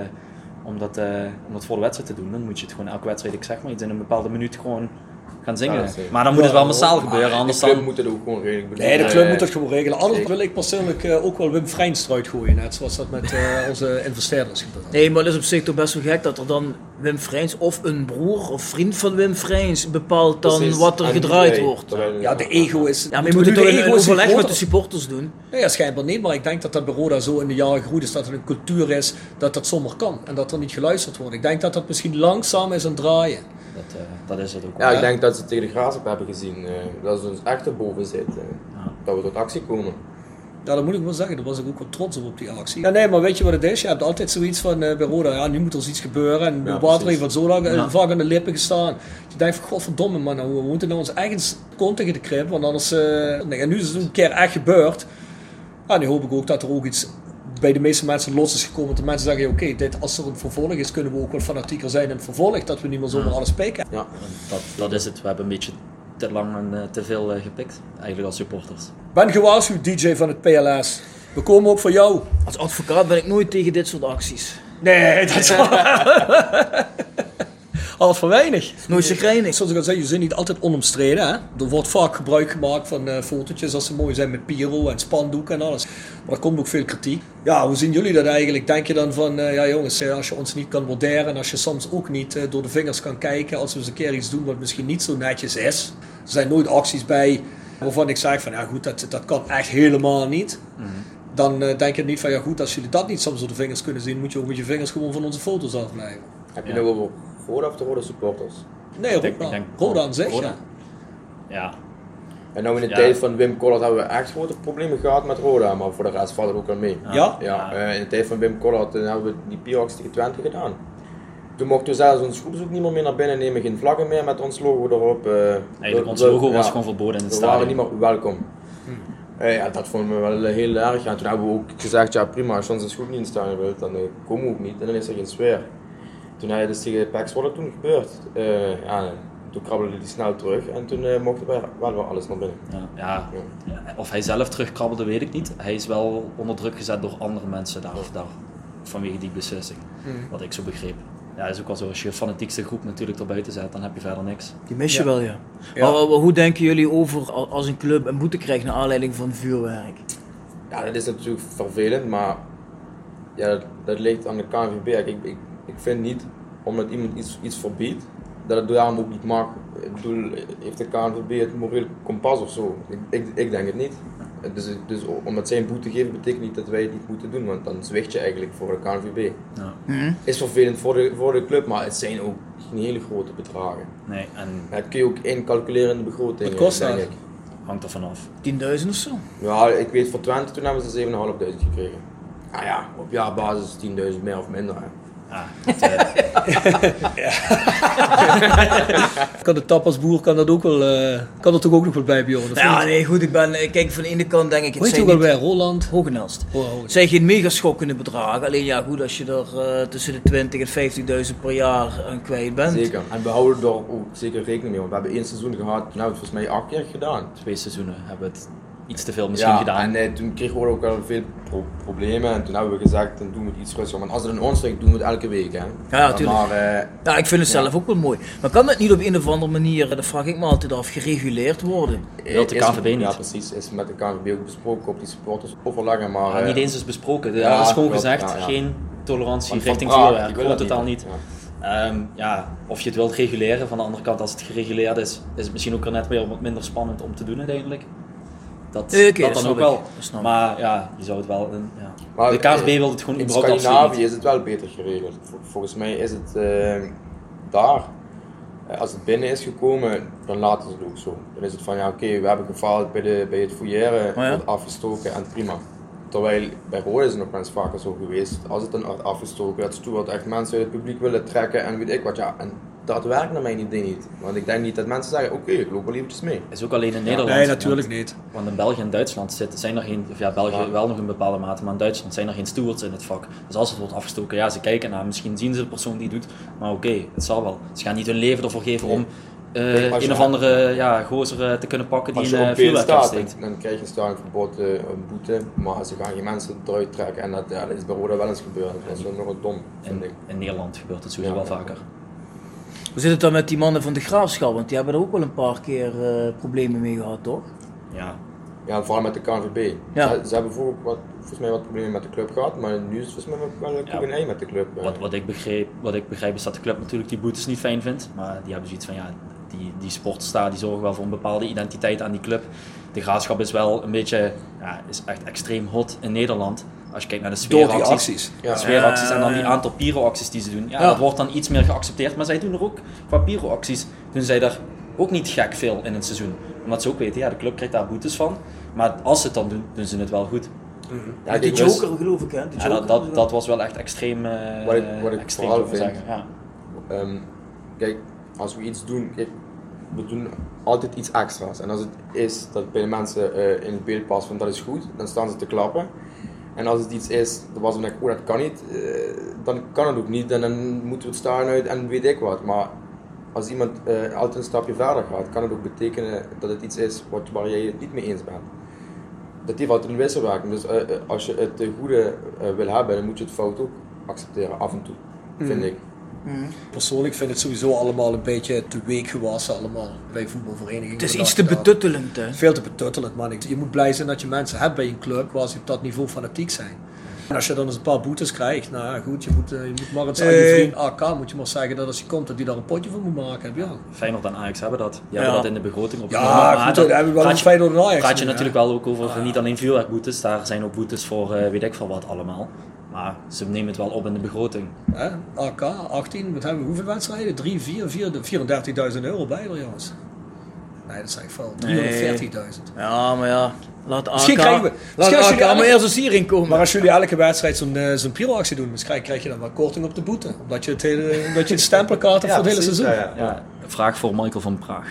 om dat voor de wedstrijd te doen, dan moet je het gewoon elke wedstrijd, ik zeg maar iets, in een bepaalde minuut gewoon gaan zingen. Ja, maar dan moet het wel massaal gebeuren, anders dan... De club moet het ook gewoon regelen. Nee, de club moet het gewoon regelen. Anders wil ik persoonlijk ook wel Wim Freins eruit gooien, net zoals dat met onze investeerders gebeurt. Nee, maar het is op zich toch best wel gek dat er dan Wim Freins of een broer of vriend van Wim Freins bepaalt dan wat er gedraaid wordt. Ja, de ego is... Ja, maar je moet het toch in overleg met de supporters doen? Nee, ja, schijnbaar niet, maar ik denk dat dat bij Roda zo in de jaren gegroeid is, dat het een cultuur is dat dat zomaar kan en dat er niet geluisterd wordt. Ik denk dat dat misschien langzaam is aan het draaien. Dat is het ook. Ja, ik denk dat ze tegen de Graafschap hebben gezien dat ze ons echt erboven zitten. Dat we tot actie komen. Ja, dat moet ik wel zeggen. Daar was ik ook wel trots op die actie. Ja, nee, maar weet je wat het is? Je hebt altijd zoiets van bij Roda, ja, nu moet er iets gebeuren. En ja, water heeft wat zo lang vaak aan de lippen gestaan. Je denkt van, godverdomme man, we moeten nou ons eigen kont tegen de krib. Want anders... en nu is het een keer echt gebeurd. Ja, nu hoop ik ook dat er ook iets... bij de meeste mensen los is gekomen. Dat de mensen zeggen, oké, als er een vervolg is, kunnen we ook wel fanatieker zijn in het vervolg. Dat we niet meer zomaar alles pikken. Ja, dat is het. We hebben een beetje te lang en te veel gepikt. Eigenlijk als supporters. Ben gewaarschuwd, DJ van het PLS. We komen ook voor jou. Als advocaat ben ik nooit tegen dit soort acties. Nee, dat is Altijd van weinig. Nooit chagrijnig. Zoals ik al zei, je zijn niet altijd onomstreden. Hè? Er wordt vaak gebruik gemaakt van fotootjes als ze mooi zijn met pyro en spandoeken en alles. Maar er komt ook veel kritiek. Ja, hoe zien jullie dat eigenlijk? Denk je dan van, ja jongens, als je ons niet kan waarderen en als je soms ook niet door de vingers kan kijken als we eens een keer iets doen wat misschien niet zo netjes is. Er zijn nooit acties bij waarvan ik zeg van, ja goed, dat kan echt helemaal niet. Dan denk je niet van, ja goed, als jullie dat niet soms door de vingers kunnen zien, moet je ook met je vingers gewoon van onze foto's afblijven. Heb je nou over Roda of de Roda supporters? Nee, Roda aan zich, Roda. ja. Ja. En nou in de tijd van Wim Collard hebben we echt grote problemen gehad met Roda, maar voor de rest valt het ook wel mee. Ja? In de tijd van Wim Collard hebben we die Pyrox tegen Twente gedaan. Toen mochten we zelfs ons groepsbezoek niet meer naar binnen nemen, geen vlaggen meer met ons logo erop. Eigenlijk ons logo was gewoon verboden in het stadion. We waren niet meer welkom. Ja, dat vonden we wel heel erg. En toen hebben we ook gezegd, ja prima, als je ons goed niet in het stadion wilt, dan komen we ook niet en dan is er geen sfeer. Toen hij dus tegen PEC Zwolle toen gebeurd. Toen krabbelde hij snel terug en toen mochten we wel weer alles naar binnen. Ja. Of hij zelf terugkrabbelde, weet ik niet. Hij is wel onder druk gezet door andere mensen daar vanwege die beslissing. Wat ik zo begreep. Ja, dat is ook wel zo. Als je fanatiekste groep natuurlijk erbuiten zet, dan heb je verder niks. Die mis je wel, ja. Maar hoe denken jullie over als een club een boete krijgt naar aanleiding van vuurwerk? Ja, dat is natuurlijk vervelend, maar ja, dat ligt aan de KNVB. Ik vind niet, omdat iemand iets verbiedt, dat het daarom ook niet mag. Ik bedoel, heeft de KNVB het moreel kompas of zo? Ik denk het niet. Dus omdat zij een boete geven, betekent niet dat wij het niet moeten doen, want dan zwicht je eigenlijk voor de KNVB. Ja. Is vervelend voor de club, maar het zijn ook geen hele grote bedragen. Nee, en dat kun je ook incalculeren in de begroting. Wat kost dat? Denk ik. Hangt er vanaf. 10.000 of zo? Ja, ik weet voor Twente, toen hebben ze 7.500 gekregen. Nou ja, op jaarbasis 10.000 meer of minder. Hè. Kan de tapasboer kan dat ook wel, kan er toch ook nog wel bij, Bjorn? Ja, nee, goed, kijk, van de ene kant denk ik... Weet je ook wel bij Roland? Hogenelst. Het zijn geen mega schokkende bedragen, alleen ja goed, als je er tussen de 20.000 en 50.000 per jaar aan kwijt bent. Zeker, en we houden er ook zeker rekening mee, want we hebben 1 seizoen gehad, toen hebben we het volgens mij 8 keer gedaan. 2 seizoenen hebben we het iets te veel misschien gedaan. En toen kregen we ook wel veel problemen en toen hebben we gezegd, dan doen we het iets rustiger. Want als het een ons ligt, doen we het elke week. Hè. Ja, natuurlijk. Ja, ik vind het zelf ook wel mooi. Maar kan dat niet op een of andere manier, dat vraag ik me altijd af, gereguleerd worden? Wilt de KNVB niet? Ja, precies. Is met de KNVB ook besproken op die supporters overleggen. Maar niet eens is besproken. Er is gewoon gezegd, geen tolerantie richting vuurwerk. Gewoon totaal niet. Of je het wilt reguleren, van de andere kant als het gereguleerd is het misschien ook net weer wat minder spannend om te doen uiteindelijk. Dat dan ook wel. Maar ja, je zou het wel... Maar de KNVB wil het gewoon überhaupt absoluut. In Scandinavië is het wel beter geregeld. Volgens mij is het daar. Als het binnen is gekomen, dan laten ze het ook zo. Dan is het van, ja oké, we hebben gefaald bij het fouilleren, wordt afgestoken en prima. Terwijl bij Roda is het nog wel eens vaker zo geweest. Als het dan wordt afgestoken, dat Stuart echt mensen uit het publiek willen trekken en weet ik wat. Ja, en dat werkt naar mijn idee niet. Want ik denk niet dat mensen zeggen, oké, ik loop wel eventjes mee. Is ook alleen in Nederland. Nee, natuurlijk niet. Want in België en Duitsland zijn er geen, of ja, België wel nog in bepaalde mate, maar in Duitsland zijn er geen stewards in het vak. Dus als het wordt afgestoken, ja, ze kijken naar, misschien zien ze de persoon die het doet, maar oké, het zal wel. Ze gaan niet hun leven ervoor geven om een of andere gozer te kunnen pakken die een vuurwerk afsteekt. Dan krijg je een stadionverbod, een boete, maar ze gaan geen mensen eruit trekken en dat is bij Roda wel eens gebeurd. Dat is wel nog wat dom, vind ik. In Nederland gebeurt het sowieso wel vaker. Hoe zit het dan met die mannen van de Graafschap? Want die hebben er ook wel een paar keer problemen mee gehad, toch? Ja, vooral met de KNVB. Ja. Ze hebben volgens mij wat problemen met de club gehad, maar nu is het volgens mij wel een ei met de club. Wat ik begrijp is dat de club natuurlijk die boetes niet fijn vindt, maar die hebben zoiets van die sporters daar, die zorgen wel voor een bepaalde identiteit aan die club. De Graafschap is wel een beetje, is echt extreem hot in Nederland. Als je kijkt naar de sfeeracties. Sfeeracties en dan die aantal pyroacties die ze doen. Dat wordt dan iets meer geaccepteerd, maar zij doen er ook, qua pyroacties, doen zij daar ook niet gek veel in het seizoen. Omdat ze ook weten, de club krijgt daar boetes van. Maar als ze het dan doen, doen ze het wel goed. Ja, de Joker geloof ik, hè? Dat was wel echt extreem. Wat ik extreem vooral vind, kijk, als we iets doen, we doen altijd iets extra's. En als het is dat bij de mensen in het beeld past van dat is goed, dan staan ze te klappen. En als het iets is, dan denk ik, dat kan niet, dan kan het ook niet en dan moeten we het staan uit en weet ik wat. Maar als iemand altijd een stapje verder gaat, kan het ook betekenen dat het iets is waar jij het niet mee eens bent. Dat heeft altijd een wisselwerking. Dus als je het goede wil hebben, dan moet je het fout ook accepteren, af en toe, vind ik. Persoonlijk vind ik het sowieso allemaal een beetje te week gewassen allemaal bij voetbalverenigingen. Het is iets te betuttelend, hè? Veel te betuttelend, man. Je moet blij zijn dat je mensen hebt bij een club waar ze op dat niveau fanatiek zijn. En als je dan eens een paar boetes krijgt, nou ja, goed, je moet maar eens aan je vriend AK moet je maar zeggen dat als hij komt dat hij daar een potje van moet maken. Ja. Feyenoord en Ajax hebben dat. Die hebben dat in de begroting opgenomen. Ja, goed, daar hebben we wel een Feyenoord en Ajax. Praat je natuurlijk wel ook over niet alleen vuurwerkboetes, daar zijn ook boetes voor weet ik veel wat allemaal. Maar ze nemen het wel op in de begroting. AK, 18, wat hebben we, hoeveel wedstrijden? 3, 4, 34.000 euro bij er, jongens. Nee, dat is echt veel. 340.000. Ja, maar ja. Laat Misschien krijgen we. AK maar eerst eens hierin komen. Maar als jullie elke wedstrijd zo'n pielactie doen, misschien krijg je dan wat korting op de boete. Omdat je een stempelkaart hebt voor het hele seizoen. Ja. Vraag voor Michael van Praag.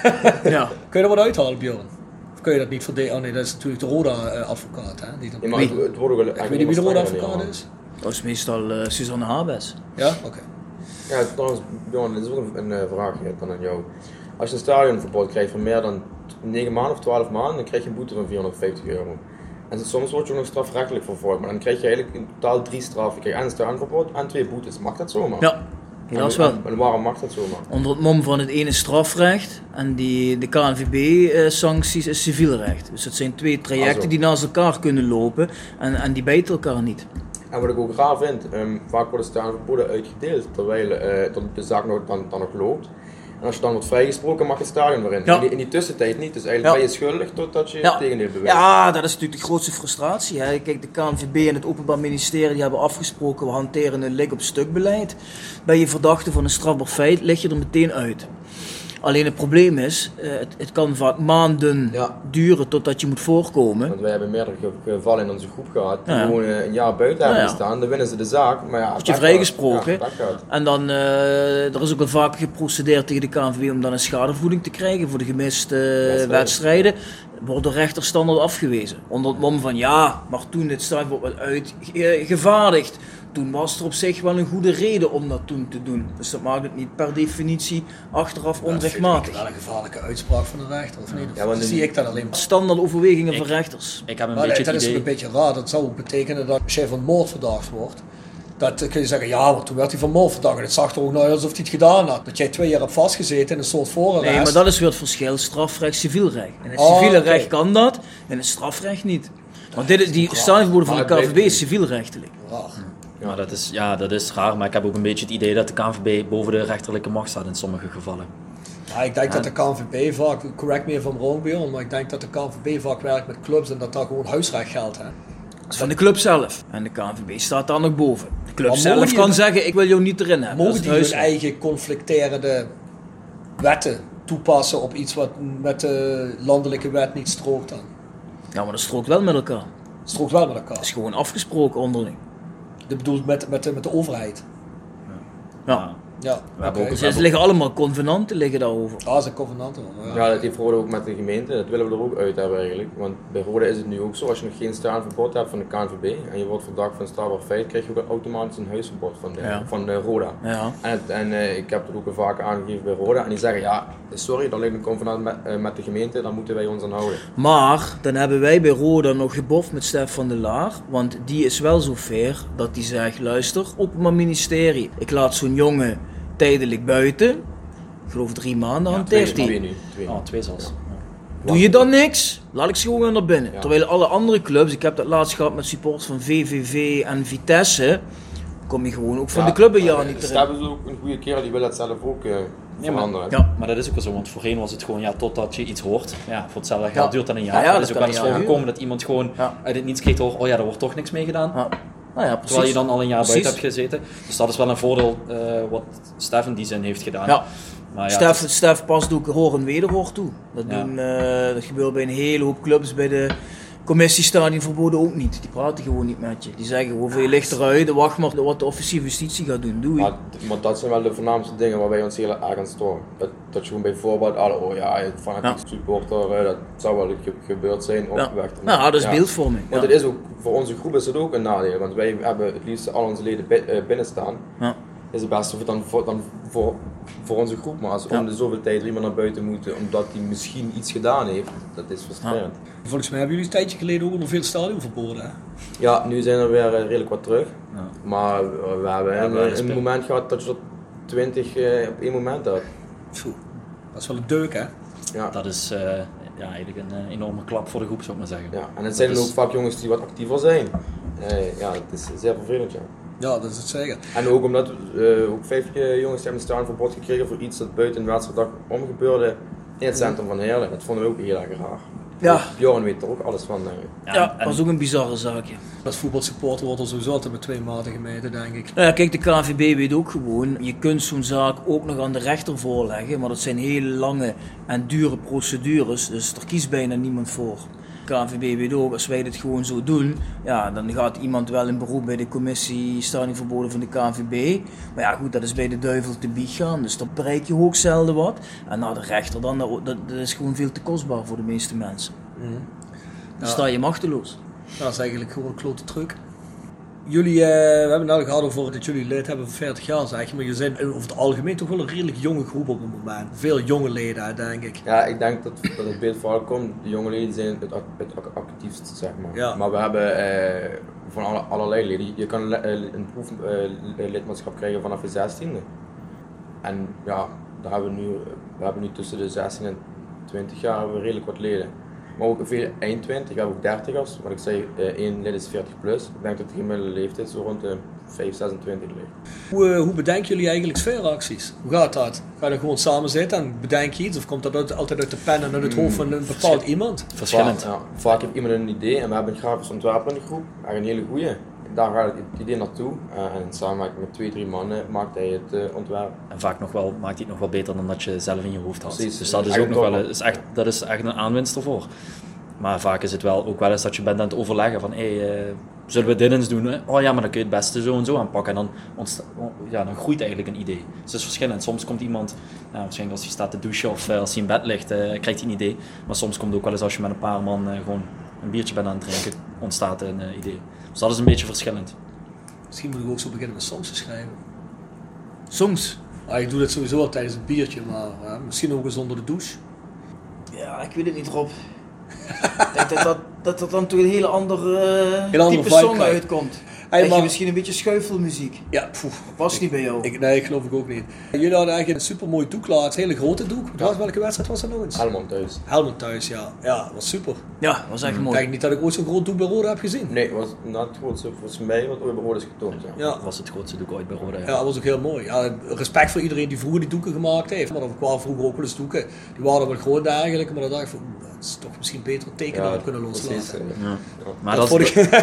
Ja. Kun je er wat uithalen, Bjorn? Of kun je dat niet verdedigen? Oh nee, dat is natuurlijk de Roda-advocaat. Ja, maar het wordt ook ik weet niet wie de Roda-advocaat is. Dat is meestal Suzanne Habes. Ja? Oké. Ja, trouwens, Bjorn, dit is ook een vraag dan aan jou. Als je een stadionverbod krijgt van meer dan 9 maanden of 12 maanden, dan krijg je een boete van €450. En soms word je ook nog strafrechtelijk vervolgd, maar dan krijg je eigenlijk in totaal 3 straffen. Je krijgt en een stadionverbod en 2 boetes. Mag dat zomaar? Ja, helaas wel. En waarom mag dat zomaar? Onder het mom van het ene strafrecht en de KNVB-sancties is civielrecht. Dus het zijn 2 trajecten die naast elkaar kunnen lopen en die bijten elkaar niet. En wat ik ook raar vind, vaak worden stadionverboden uitgedeeld terwijl de zaak dan nog loopt. En als je dan wordt vrijgesproken, mag je het stadion weer in. Ja. In die tussentijd niet. Dus eigenlijk ben je schuldig totdat je het tegendeel bewijst. Ja, dat is natuurlijk de grootste frustratie. Hè. Kijk, de KNVB en het Openbaar Ministerie die hebben afgesproken, we hanteren een lik-op-stuk beleid. Ben je verdachte van een strafbaar feit, lig je er meteen uit. Alleen het probleem is, het kan vaak maanden duren totdat je moet voorkomen. Want wij hebben meerdere gevallen in onze groep gehad die gewoon een jaar buiten hebben gestaan. Dan winnen ze de zaak, maar ja... Word je vrijgesproken. En dan, er is ook al vaak geprocedeerd tegen de KNVB om dan een schadevergoeding te krijgen voor de gemiste wedstrijden. Wordt de rechter standaard afgewezen. Onder het mom van maar toen dit stadion wordt uitgevaardigd. Toen was er op zich wel een goede reden om dat toen te doen. Dus dat maakt het niet per definitie achteraf onrechtmatig. Dat is wel een gevaarlijke uitspraak van de rechter, of niet? Ja, want zie ik dat alleen maar. Standaard overwegingen van rechters. Ik heb een Maar beetje dat het is idee... een beetje raar. Dat zou ook betekenen dat als jij van moord verdacht wordt, dat kun je zeggen, maar toen werd hij van moord verdacht. En het zag er ook naar alsof hij het gedaan had. Dat jij 2 jaar hebt vastgezeten in een soort voorarrest. Nee, maar dat is weer het verschil strafrecht, civielrecht. In het civiele recht kan dat, in het strafrecht niet. Want die stadionverboden van de KNVB is civielrechtelijk. Raar. Maar dat is raar, maar ik heb ook een beetje het idee dat de KNVB boven de rechterlijke macht staat in sommige gevallen. Ja, ik denk dat de KNVB vaak, correct me if I'm wrong, Bjorn, maar ik denk dat de KNVB vaak werkt met clubs en dat daar gewoon huisrecht geldt. Hè? Dat is van de club zelf. En de KNVB staat daar nog boven. De club zelf kan zeggen, ik wil jou niet erin hebben. Mogen die hun eigen conflicterende wetten toepassen op iets wat met de landelijke wet niet strookt dan? Ja, maar dat strookt wel met elkaar. Strookt wel met elkaar. Dat is gewoon afgesproken onderling. Dat bedoelt met de overheid. Ja. Ja, Dus er liggen allemaal convenanten daarover. Ah, zijn convenanten. Ja, dat heeft Roda ook met de gemeente. Dat willen we er ook uit hebben eigenlijk. Want bij Roda is het nu ook zo, als je nog geen stadionverbod hebt van de KNVB en je wordt verdacht van een strafbaar feit, krijg je ook automatisch een huisverbod van Roda. Ja. En ik heb het ook vaak aangegeven bij Roda en die zeggen, sorry, daar ligt een convenant met de gemeente, daar moeten wij ons aan houden. Maar dan hebben wij bij Roda nog geboft met Stef van der Laar, want die is wel zo fair dat die zegt, luister, Openbaar Ministerie, ik laat zo'n jongen tijdelijk buiten. Ik geloof 3 maanden hanteert hij. 2 zelfs. Doe je dan niks? Laat ik ze gewoon weer naar binnen. Ja. Terwijl alle andere clubs, ik heb dat laatst gehad met supporters van VVV en Vitesse, kom je gewoon ook van de club een jaar niet erin. Stef is ook een goede kerel, die wil dat zelf ook veranderen. Maar dat is ook wel zo, want voorheen was het gewoon totdat je iets hoort. Ja, voor hetzelfde geld duurt dat een jaar. Ja, Het is ook wel eens voorgekomen dat iemand gewoon uit het niets kreeg te horen, daar wordt toch niks mee gedaan. Ja. Nou ja, terwijl je dan al een jaar buiten hebt gezeten. Dus dat is wel een voordeel wat Stef in die zin heeft gedaan. Ja. Maar Stef past ook hoor en wederhoor toe. Dat gebeurt bij een hele hoop clubs, bij de commissiestadionverboden ook niet. Die praten gewoon niet met je. Die zeggen gewoon, je ligt eruit, wacht maar wat de officiële justitie gaat doen. Doei. Maar dat zijn wel de voornaamste dingen waar wij ons heel erg aan storen. Dat je gewoon bijvoorbeeld, fanatiek supporter, dat zou wel gebeurd zijn, opgewekt. Ja, dat is beeldvorming. Want het is ook, voor onze groep is het ook een nadeel, want wij hebben het liefst al onze leden binnen staan. Ja. Is het beste dan voor onze groep, maar als om de zoveel tijd er iemand naar buiten moeten omdat hij misschien iets gedaan heeft, dat is frustrerend. Volgens mij hebben jullie een tijdje geleden ook nog veel stadionverboden, hè? Ja, nu zijn er weer redelijk wat terug. Ja. Maar we hebben een moment gehad dat je 20 op één moment had. Pfoe, dat is wel een deuk, hè? Ja. Dat is eigenlijk een enorme klap voor de groep, zou ik maar zeggen. Ja, en het zijn dan ook vaak jongens die wat actiever zijn. Ja, het is zeer vervelend, ja. Ja, dat is het zeker. En ook omdat ook 5 jongens hebben een staanverbod gekregen voor iets dat buiten de wedstrijddag omgebeurde in het centrum van Heerlen. Dat vonden we ook heel erg raar. Ja. Bjorn weet er ook alles van. Ja, dat was ook een bizarre zaakje. Als voetbalsupporter wordt er sowieso altijd met 2 maten gemeten, denk ik. Nou ja, kijk, de KNVB weet ook gewoon, je kunt zo'n zaak ook nog aan de rechter voorleggen, maar dat zijn hele lange en dure procedures, dus er kiest bijna niemand voor. De KNVB weet ook, als wij dit gewoon zo doen, ja, dan gaat iemand wel in beroep bij de commissie stadionverboden van de KNVB. Maar ja goed, dat is bij de duivel te bieg gaan, dus dan bereik je ook zelden wat. En naar de rechter dan, dat is gewoon veel te kostbaar voor de meeste mensen. Dan sta je machteloos. Dat is eigenlijk gewoon een klote truc. Jullie, we hebben het nou gehad over dat jullie lid hebben van 40 jaar, zeg je, maar je bent over het algemeen toch wel een redelijk jonge groep op het moment. Veel jonge leden, denk ik. Ja, ik denk dat het beeld vooral komt, de jonge leden zijn het actiefst, zeg maar. Ja. Maar we hebben van allerlei leden. Je kan een proeflidmaatschap krijgen vanaf je 16e. En ja, daar hebben we nu tussen de 16 en 20 jaar hebben we redelijk wat leden. Maar ook veel eind 20, we hebben ook 30ers. Wat ik zei, 1 lid is 40 plus. Ik denk dat de gemiddelde leeftijd zo rond de 5, 26 ligt. Hoe bedenken jullie eigenlijk sfeeracties? Hoe gaat dat? Ga je gewoon samen zitten en bedenk je iets? Of komt dat altijd uit de pen en uit het hoofd van een bepaald iemand? Verschillend. Vaak heeft iemand een idee en we hebben een grafisch ontwerper in de groep. Echt een hele goeie. Daar gaat het idee naartoe en samen met 2, 3 mannen maakt hij het ontwerp. En vaak nog wel, maakt hij het nog wel beter dan dat je zelf in je hoofd had. Precies. Dus dat is ook nog wel dat is echt een aanwinst ervoor. Maar vaak is het wel ook wel eens dat je bent aan het overleggen van zullen we dit eens doen? Hè? Oh ja, maar dan kun je het beste zo en zo aanpakken en dan groeit eigenlijk een idee. Dus het is verschillend. Soms komt iemand, waarschijnlijk als hij staat te douchen of als hij in bed ligt, krijgt hij een idee. Maar soms komt het ook wel eens als je met een paar man gewoon een biertje bent aan het drinken, ontstaat een idee. Dus dat is een beetje verschillend. Misschien moet ik ook zo beginnen met songs te schrijven. Songs? Ik doe dat sowieso al tijdens het biertje, maar misschien ook eens onder de douche. Ja, ik weet het niet, Rob. Ik denk dat er dan toch een hele andere Een type song uitkomt. Krijg je misschien een beetje schuifelmuziek. Ja, dat past niet bij jou. Nee, ik geloof ik ook niet. Jullie hadden eigenlijk een supermooi doek laatst, een hele grote doek. Welke wedstrijd was dat nog eens? Helmond thuis, ja. Ja, dat was super. Ja, dat was echt mooi. Ik denk niet dat ik ooit zo'n groot doek bij Roda heb gezien. Nee, het was het grootste volgens mij wat ooit bij Roda is getoond. Ja. Dat was het grootste doek ooit bij Roda. Ja, dat was ook heel mooi. Ja, respect voor iedereen die vroeger die doeken gemaakt heeft. Maar er kwamen vroeger ook wel eens doeken. Die waren wel groot eigenlijk, maar dan dacht ik van, dat is toch misschien beter een teken op kunnen loslaten. Maar dat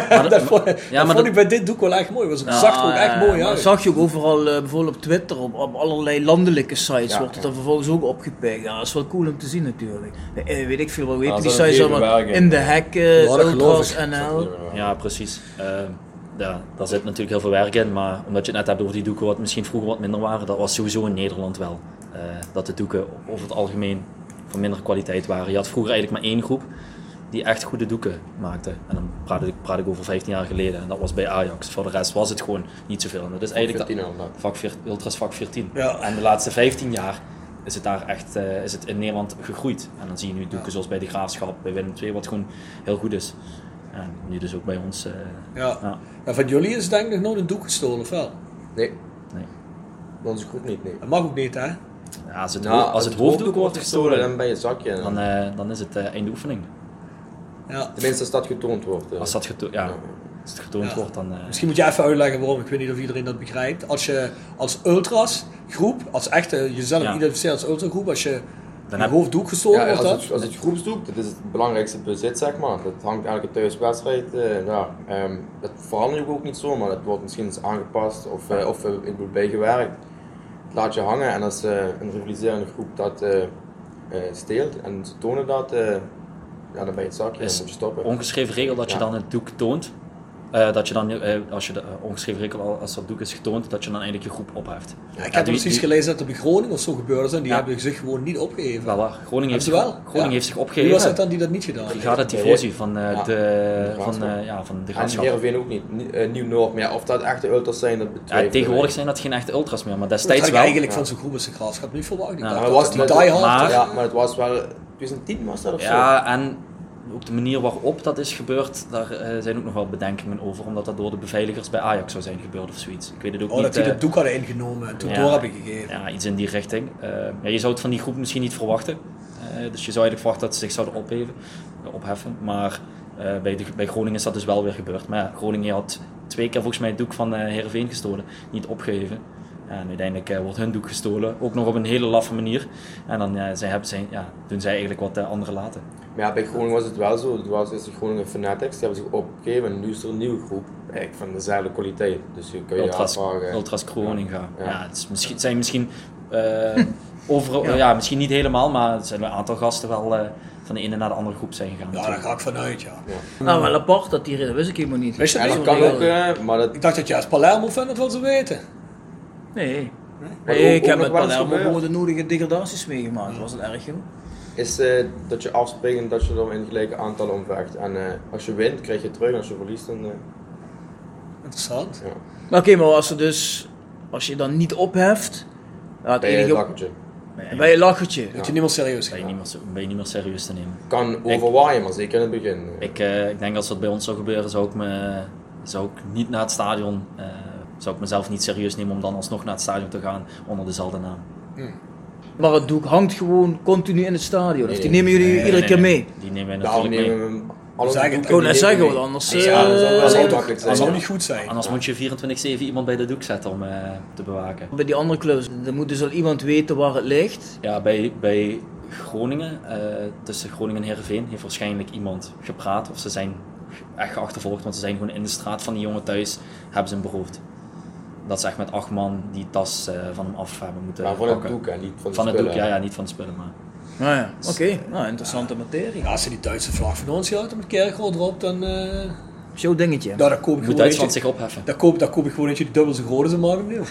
vond ik bij dit doek wel echt mooi. Het zag er ook echt mooi uit. Dat zag je ook overal, bijvoorbeeld op Twitter, op allerlei landelijke sites wordt het dan vervolgens ook opgepikt. Ja, dat is wel cool om te zien natuurlijk. Weet ik veel, wat weten die sites allemaal? In de Hek, Ultras, NL. Ja, precies. Daar zit natuurlijk heel veel werk in, maar omdat je het net hebt over die doeken wat misschien vroeger wat minder waren, dat was sowieso in Nederland wel. Dat de doeken over het algemeen van minder kwaliteit waren. Je had vroeger eigenlijk maar 1 groep die echt goede doeken maakte. En dan praat ik over 15 jaar geleden en dat was bij Ajax. Voor de rest was het gewoon niet zoveel. En dat is eigenlijk Ultras vak 14. Ja. En de laatste 15 jaar is het daar echt is het in Nederland gegroeid. En dan zie je nu doeken zoals bij de Graafschap, bij Willem II, wat gewoon heel goed is. En nu dus ook bij ons. En van jullie is denk ik nog nooit een doek gestolen, of wel? Nee. Onze groep niet, nee. Dat mag ook niet, hè? Ja, als het hoofddoek wordt gestolen, dan ben je zakje. Dan is het einde oefening. Ja. Tenminste als dat getoond wordt. Als het getoond wordt, dan... Misschien moet je even uitleggen waarom, ik weet niet of iedereen dat begrijpt. Als je als ultras groep, als echte, jezelf identificeert als ultragroep, als je een hoofddoek gestolen wordt... Als het groepsdoek, dat is het belangrijkste bezit, zeg maar. Dat hangt eigenlijk een thuiswedstrijd. Dat verandert ook niet zo, maar dat wordt misschien eens aangepast of bijgewerkt. Het laat je hangen en als een rivaliserende groep dat steelt en ze tonen dat, dan ben je het zakje, dan moet je stoppen. Ongeschreven regel dat je dan het doek toont. Dat je dan, als je de ongeschreven regel, als dat doek is getoond, dat je dan eigenlijk je groep opheft. Ja, ik heb precies gelezen dat er bij Groningen of zo gebeurd is en die hebben zich gewoon niet opgegeven. Wel, Groningen heeft zich opgegeven. Wie was dat dan die dat niet gedaan heeft? Die gaat het tifosi van de Graafschap. En Heerenveen ook niet, Nieuw-Noord meer. Of dat echte ultras zijn, dat betwijfel. Tegenwoordig zijn dat geen echte ultras meer, maar destijds wel. Dat had ik eigenlijk van zo'n groep als de Graafschap niet verwacht. Maar het was die die-hard. Maar het was wel, 2010 was dat of zo? Ja, en ook de manier waarop dat is gebeurd, daar zijn ook nog wel bedenkingen over, omdat dat door de beveiligers bij Ajax zou zijn gebeurd of zoiets. Ik weet het ook niet. Dat die het doek hadden ingenomen en toen door hebben gegeven. Ja, iets in die richting. Je zou het van die groep misschien niet verwachten. Dus je zou eigenlijk verwachten dat ze zich zouden opheffen. Maar bij Groningen is dat dus wel weer gebeurd. Maar ja, Groningen had 2 keer volgens mij het doek van Heerenveen gestolen, niet opgegeven. En uiteindelijk wordt hun doek gestolen, ook nog op een hele laffe manier. En dan doen zij eigenlijk wat de anderen laten. Maar ja, bij Groningen was het wel zo. Het was eerst de Groningen Fanatics, die hebben zich opgegeven en nu is er een nieuwe groep. Eigenlijk van dezelfde kwaliteit. Dus je kun je afvragen. Ultras Groningen. Ja, het zijn misschien misschien niet helemaal, maar er zijn een aantal gasten wel van de ene naar de andere groep zijn gegaan. Ja, daar ga ik vanuit, ja. Nou, wel apart dat dat wist ik helemaal niet. Wist je Ja, dat dat kan ook, maar Ik dacht dat je als Palermo fan dat wel zou weten. Nee. Maar Ik ook heb nog met wel eens Palermo gebeurd. gewoon de nodige degradaties meegemaakt. Was het erg genoeg? Is dat je afspreekt en dat je er in gelijke aantallen omvecht. En als je wint, krijg je het terug en als je verliest, dan... Interessant. Ja. Maar oké, maar als je dan niet opheft... Ja, het Bij je enige... lakkertje. Bij je lachertje. Dat je niemand serieus Ben gaat. je niet meer serieus te nemen. Kan overwaaien, maar zeker in het begin. Ik denk als dat bij ons zou gebeuren, zou ik niet naar het stadion, zou ik mezelf niet serieus nemen om dan alsnog naar het stadion te gaan onder dezelfde naam. Maar het doek hangt gewoon continu in het stadion. Of die Nee, nemen jullie iedere keer mee? Die nemen wij Daarom natuurlijk mee. nemen we hem alles Zeg het. doeken, Ik wou die net nemen zeggen, we want mee. anders, Ja, dat zou wel zou- heel makkelijk Dat zijn. zou ja. niet goed zijn. Anders moet je 24/7 iemand bij de doek zetten om te bewaken. Bij die andere clubs, dan moet dus al iemand weten waar het ligt. Ja, bij Groningen, tussen Groningen en Heerenveen, heeft waarschijnlijk iemand gepraat. Of ze zijn echt geachtervolgd, want ze zijn gewoon in de straat van die jongen thuis, hebben ze hem beroofd. Dat ze echt met 8 man die tas van hem af hebben moeten Maar van het pakken. doek en niet van de Van het spullen. doek, ja, niet van de spullen, maar... Nou ja, oké. Nou, interessante materie. Ja, als ze die Duitse vlag van ons hadden met Kerkrol erop, dan... Zo'n dingetje. Nou, dan koop ik Moet gewoon Duitsland eentje. zich opheffen. Dan koop ik gewoon eentje die dubbel zo groot is en maak hem nieuw.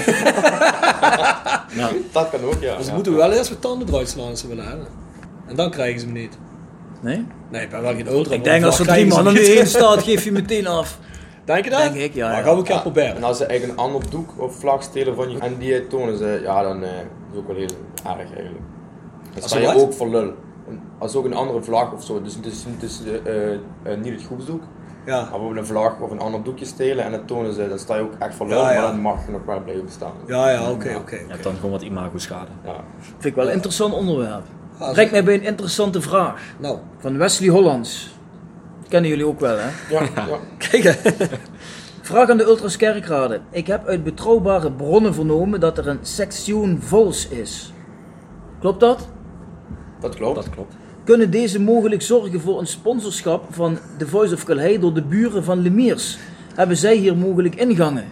Ja. Dat kan ook, ja. Dus Ja. moeten we wel eerst met tanden eruit slaan als ze willen hebben. En dan krijgen ze hem niet. Nee? Nee, ik ben wel geen ultra. Ik maar denk dan als er krijgen 3 ze man hem aan niet. de heen staat, geef je meteen af. Denk je dat? Denk ik, ja. Maar ja. gaan we een keer proberen. En als ze eigenlijk een ander doek of vlag stelen van je en die tonen ze, ja, dan is het ook wel heel erg eigenlijk. Dan Als sta ze je wat? ook voor lul. Als ook een andere vlag of zo, dus het is niet het groepsdoek, Ja. maar bijvoorbeeld een vlag of een ander doekje stelen en dat tonen ze, dan sta je ook echt voor lul, Ja, ja. maar dan mag je nog wel blijven staan. Ja, oké. Je hebt dan gewoon wat imago-schade. Ja. Vind ik wel een interessant onderwerp. Ah, Brengt mij bij een interessante vraag. Nou, Van Wesley Hollands. Dat kennen jullie ook wel, hè? Ja, kijk hè. Vraag aan de Ultras Kerkrade. Ik heb uit betrouwbare bronnen vernomen dat er een Section Vols is. Klopt dat? dat klopt. Dat klopt. Kunnen deze mogelijk zorgen voor een sponsorschap van The Voice of Calais door de buren van Lemiers? Hebben zij hier mogelijk ingangen?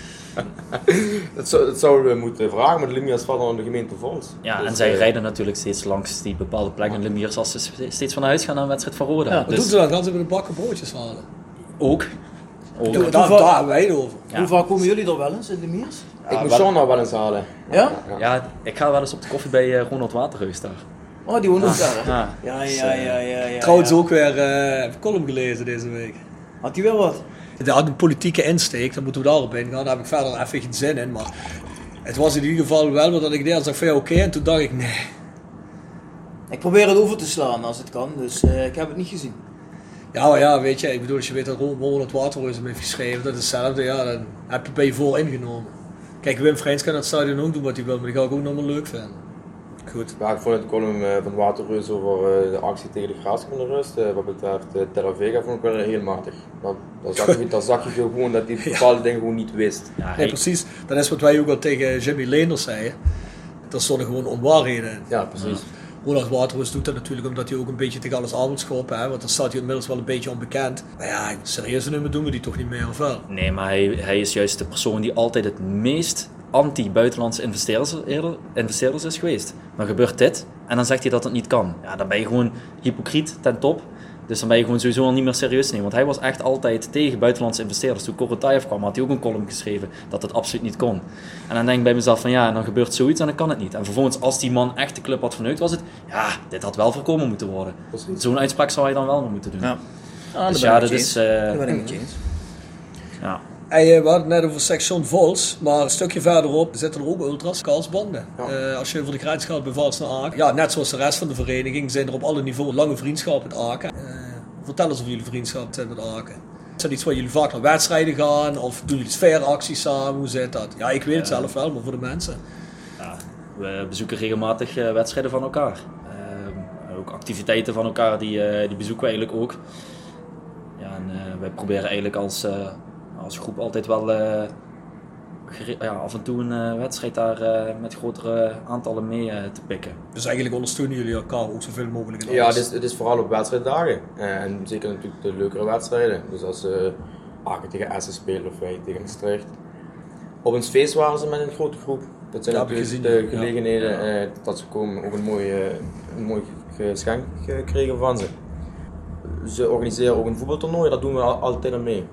Dat zouden we moeten vragen, maar de Limias valt onder de gemeente Vols. Ja, Dus, en zij rijden natuurlijk steeds langs die bepaalde plekken in Lemiers als ze steeds van huis gaan naar een wedstrijd van Roda. Ja, Wat Dus doen ze dan? Gaan ze met de bakken broodjes halen? ook. Ja, daar hebben wij het over. Ja. Hoe vaak komen jullie er wel eens in Lemiers? Ik moet Sean nou wel eens halen. Ja? Ja, ik ga wel eens op de koffie bij Ronald Waterhuis daar. Oh, die woont ook daar. hè? Ja. Ja. Trouwens ook weer heb ik column gelezen deze week. Had hij wel wat? Het had een politieke insteek, dan moeten we daarop ingaan. Daar heb ik verder even geen zin in. Maar het was in ieder geval wel wat ik deed. Dacht van ja, oké. En toen dacht ik nee. Ik probeer het over te slaan als het kan, dus ik heb het niet gezien. Ja, maar ja, weet je. Ik bedoel, als je weet dat Ronald Waterhuis hem heeft geschreven. Dat is hetzelfde. Ja, dan ben je voor ingenomen. Kijk, Wim Vreens kan het stadion ook doen wat hij wil. Maar die ga ik ook nog wel leuk vinden. Goed. Ja, ik vond het column van Waterreus over de actie tegen de Graafschap in de rust. Wat betreft Terra Vega vond ik wel heel matig. Dan zag je gewoon dat hij bepaalde dingen gewoon niet wist. Ja, Nee, hij- precies. Dat is wat wij ook al tegen Jimmy Leenders zeiden. Er stonden gewoon onwaarheden in. Ja, precies. Ronald Waterhuis doet dat natuurlijk omdat hij ook een beetje tegen alles aan wil schoppen. Hè? Want dan staat hij inmiddels wel een beetje onbekend. Maar ja, serieuze nummer doen we die toch niet meer, of wel? Nee, maar hij is juist de persoon die altijd het meest anti-buitenlandse investeerders is geweest. Dan gebeurt dit en dan zegt hij dat het niet kan. Ja, dan ben je gewoon hypocriet ten top. Dus dan ben je gewoon sowieso al niet meer serieus te nemen. Want hij was echt altijd tegen buitenlandse investeerders. Toen Korotayev kwam, had hij ook een column geschreven dat het absoluut niet kon. En dan denk ik bij mezelf van ja, dan gebeurt zoiets en dan kan het niet. En vervolgens, als die man echt de club had verneukt, was het ja, dit had wel voorkomen moeten worden. Precies. Zo'n uitspraak zou hij dan wel nog moeten doen. Ja. Dus ja, dat is... Dat ben ik met je eens. ja. Hey, we hadden het net over Section Vols, maar een stukje verderop zitten er ook ultras, Karlsbanden. Ja. Als je over de grens gaat bij Vals naar Aken. Ja, net zoals de rest van de vereniging zijn er op alle niveaus lange vriendschappen met Aken. Vertel eens over jullie vriendschap met Aken. Is dat iets waar jullie vaak naar wedstrijden gaan? Of doen jullie sfeeracties samen? Hoe zit dat? Ja, ik weet het zelf wel, maar voor de mensen. Ja, we bezoeken regelmatig wedstrijden van elkaar. Ook activiteiten van elkaar, die bezoeken we eigenlijk ook. Ja, en wij proberen eigenlijk als groep altijd wel af en toe een wedstrijd daar met grotere aantallen mee te pikken. Dus eigenlijk ondersteunen jullie elkaar ook zoveel mogelijk in Ja, alles? het is vooral op wedstrijddagen. En zeker natuurlijk de leukere wedstrijden. Dus als Aken tegen Essen spelen of wij tegen Maastricht. Op ons feest waren ze met een grote groep. Dat zijn natuurlijk de gelegenheden dat ze komen. Ook een mooi geschenk gekregen van ze. Ze organiseren ook een voetbaltoernooi, dat doen we altijd aan mee.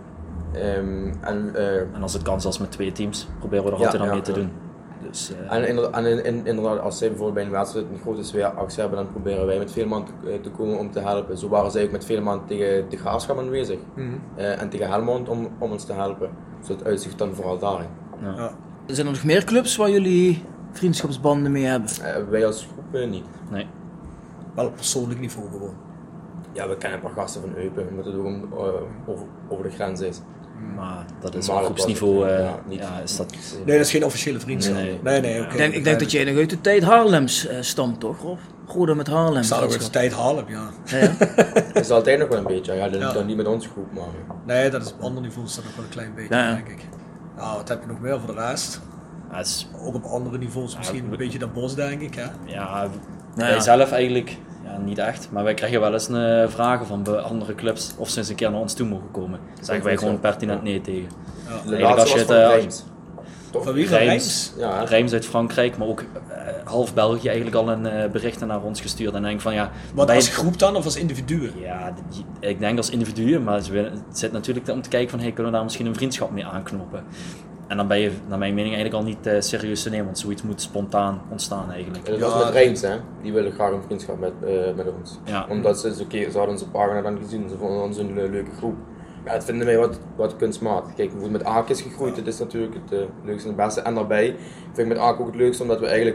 En als het kan, zelfs met 2 teams, proberen we er altijd aan mee te doen. Dus, inderdaad, als zij bijvoorbeeld bij een wedstrijd een grote sfeeractie hebben, dan proberen wij met veel man te komen om te helpen. Zo waren zij ook met veel man tegen de Graafschap aanwezig. En tegen Helmond om ons te helpen. Dus het uitzicht dan vooral daarin. Ja. Zijn er nog meer clubs waar jullie vriendschapsbanden mee hebben? Wij als groep niet. Nee. Wel op persoonlijk niveau gewoon. Ja, we kennen een paar gasten van Eupen, omdat het ook over de grens is. Maar dat is op groepsniveau. Is dat... Nee, dat is geen officiële vriendschap. Nee, oké. Ik denk dat jij nog uit de tijd Haarlems stamt, toch, Rob? Roda met Haarlem. Ik sta nog uit de tijd Haarlem, ja. Dat is altijd nog wel een beetje, dan niet met onze groep, maar... Nee, dat is op ander niveau is dat nog wel een klein beetje, denk ik. Nou, wat heb je nog meer voor de rest? Ook op andere niveaus misschien een beetje dat bos, denk ik, hè? Ja, wij zelf eigenlijk niet echt. Maar wij krijgen wel eens vragen van andere clubs of ze eens een keer naar ons toe mogen komen. Daar zeggen wij gewoon pertinent nee tegen. De laatste was van Reims. Van wie? Reims? Ja, Reims uit Frankrijk, maar ook half België eigenlijk al een berichten naar ons gestuurd. En denk van ja... Wat als groep dan of als individuen? Ja, ik denk als individuen, maar het zit natuurlijk om te kijken van hey, kunnen we daar misschien een vriendschap mee aanknopen. En dan ben je naar mijn mening eigenlijk al niet serieus te nemen, want zoiets moet spontaan ontstaan eigenlijk. En dat was met Reims, hè? Die willen graag een vriendschap met ons. Ja. Omdat ze hadden onze pagina dan gezien, ze vonden ons een leuke groep. Ja, dat vinden wij wat kunstmatig. Kijk, hoe het met Aken is gegroeid, dat is natuurlijk het leukste en het beste. En daarbij vind ik met Aken ook het leukste, omdat we eigenlijk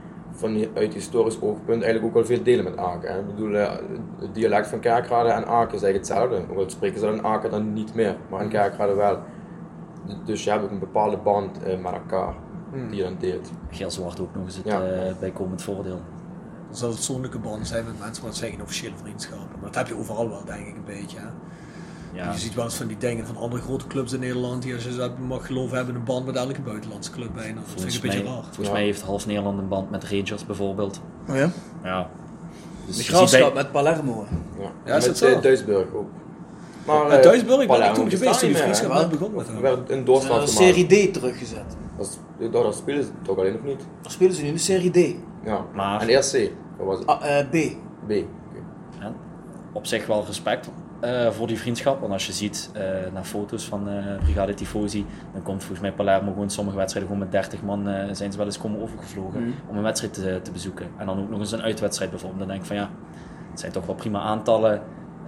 uit historisch oogpunt eigenlijk ook wel veel delen met Aken. Hè. Ik bedoel, het dialect van Kerkrade en Aken is eigenlijk hetzelfde. Ook al spreken ze dat in Aken dan niet meer, maar in Kerkrade wel. Dus je hebt ook een bepaalde band met elkaar die je dan deelt. Geel-zwart ook nog eens het bijkomend voordeel. Er zal persoonlijke banden zijn met mensen, maar het zijn geen officiële vriendschappen. Maar dat heb je overal wel, denk ik, een beetje. Hè? Ja. Je ziet wel eens van die dingen van andere grote clubs in Nederland die, als je dat mag geloven, hebben een band met elke buitenlandse club bijna. Dat vind ik een beetje raar. Volgens mij heeft half Nederland een band met Rangers bijvoorbeeld. Oh ja? Ja. Dus de Graafschap met Palermo. Ja, is met Duisburg ook. Maar Duisburg, ik ben toen geweest toen die vriendschap net begon met hem. Er werd een doorstart gemaakt. Serie D teruggezet. Daar spelen ze toch alleen nog niet? Daar spelen ze nu in de Serie D. Ja, maar... En eerst C, wat was het? B. B. En op zich wel respect voor die vriendschap, want als je ziet naar foto's van Brigade Tifosi, dan komt volgens mij Palermo gewoon sommige wedstrijden gewoon met 30 man zijn ze wel eens komen overgevlogen om een wedstrijd te bezoeken. En dan ook nog eens een uitwedstrijd bijvoorbeeld. Dan denk ik van ja, het zijn toch wel prima aantallen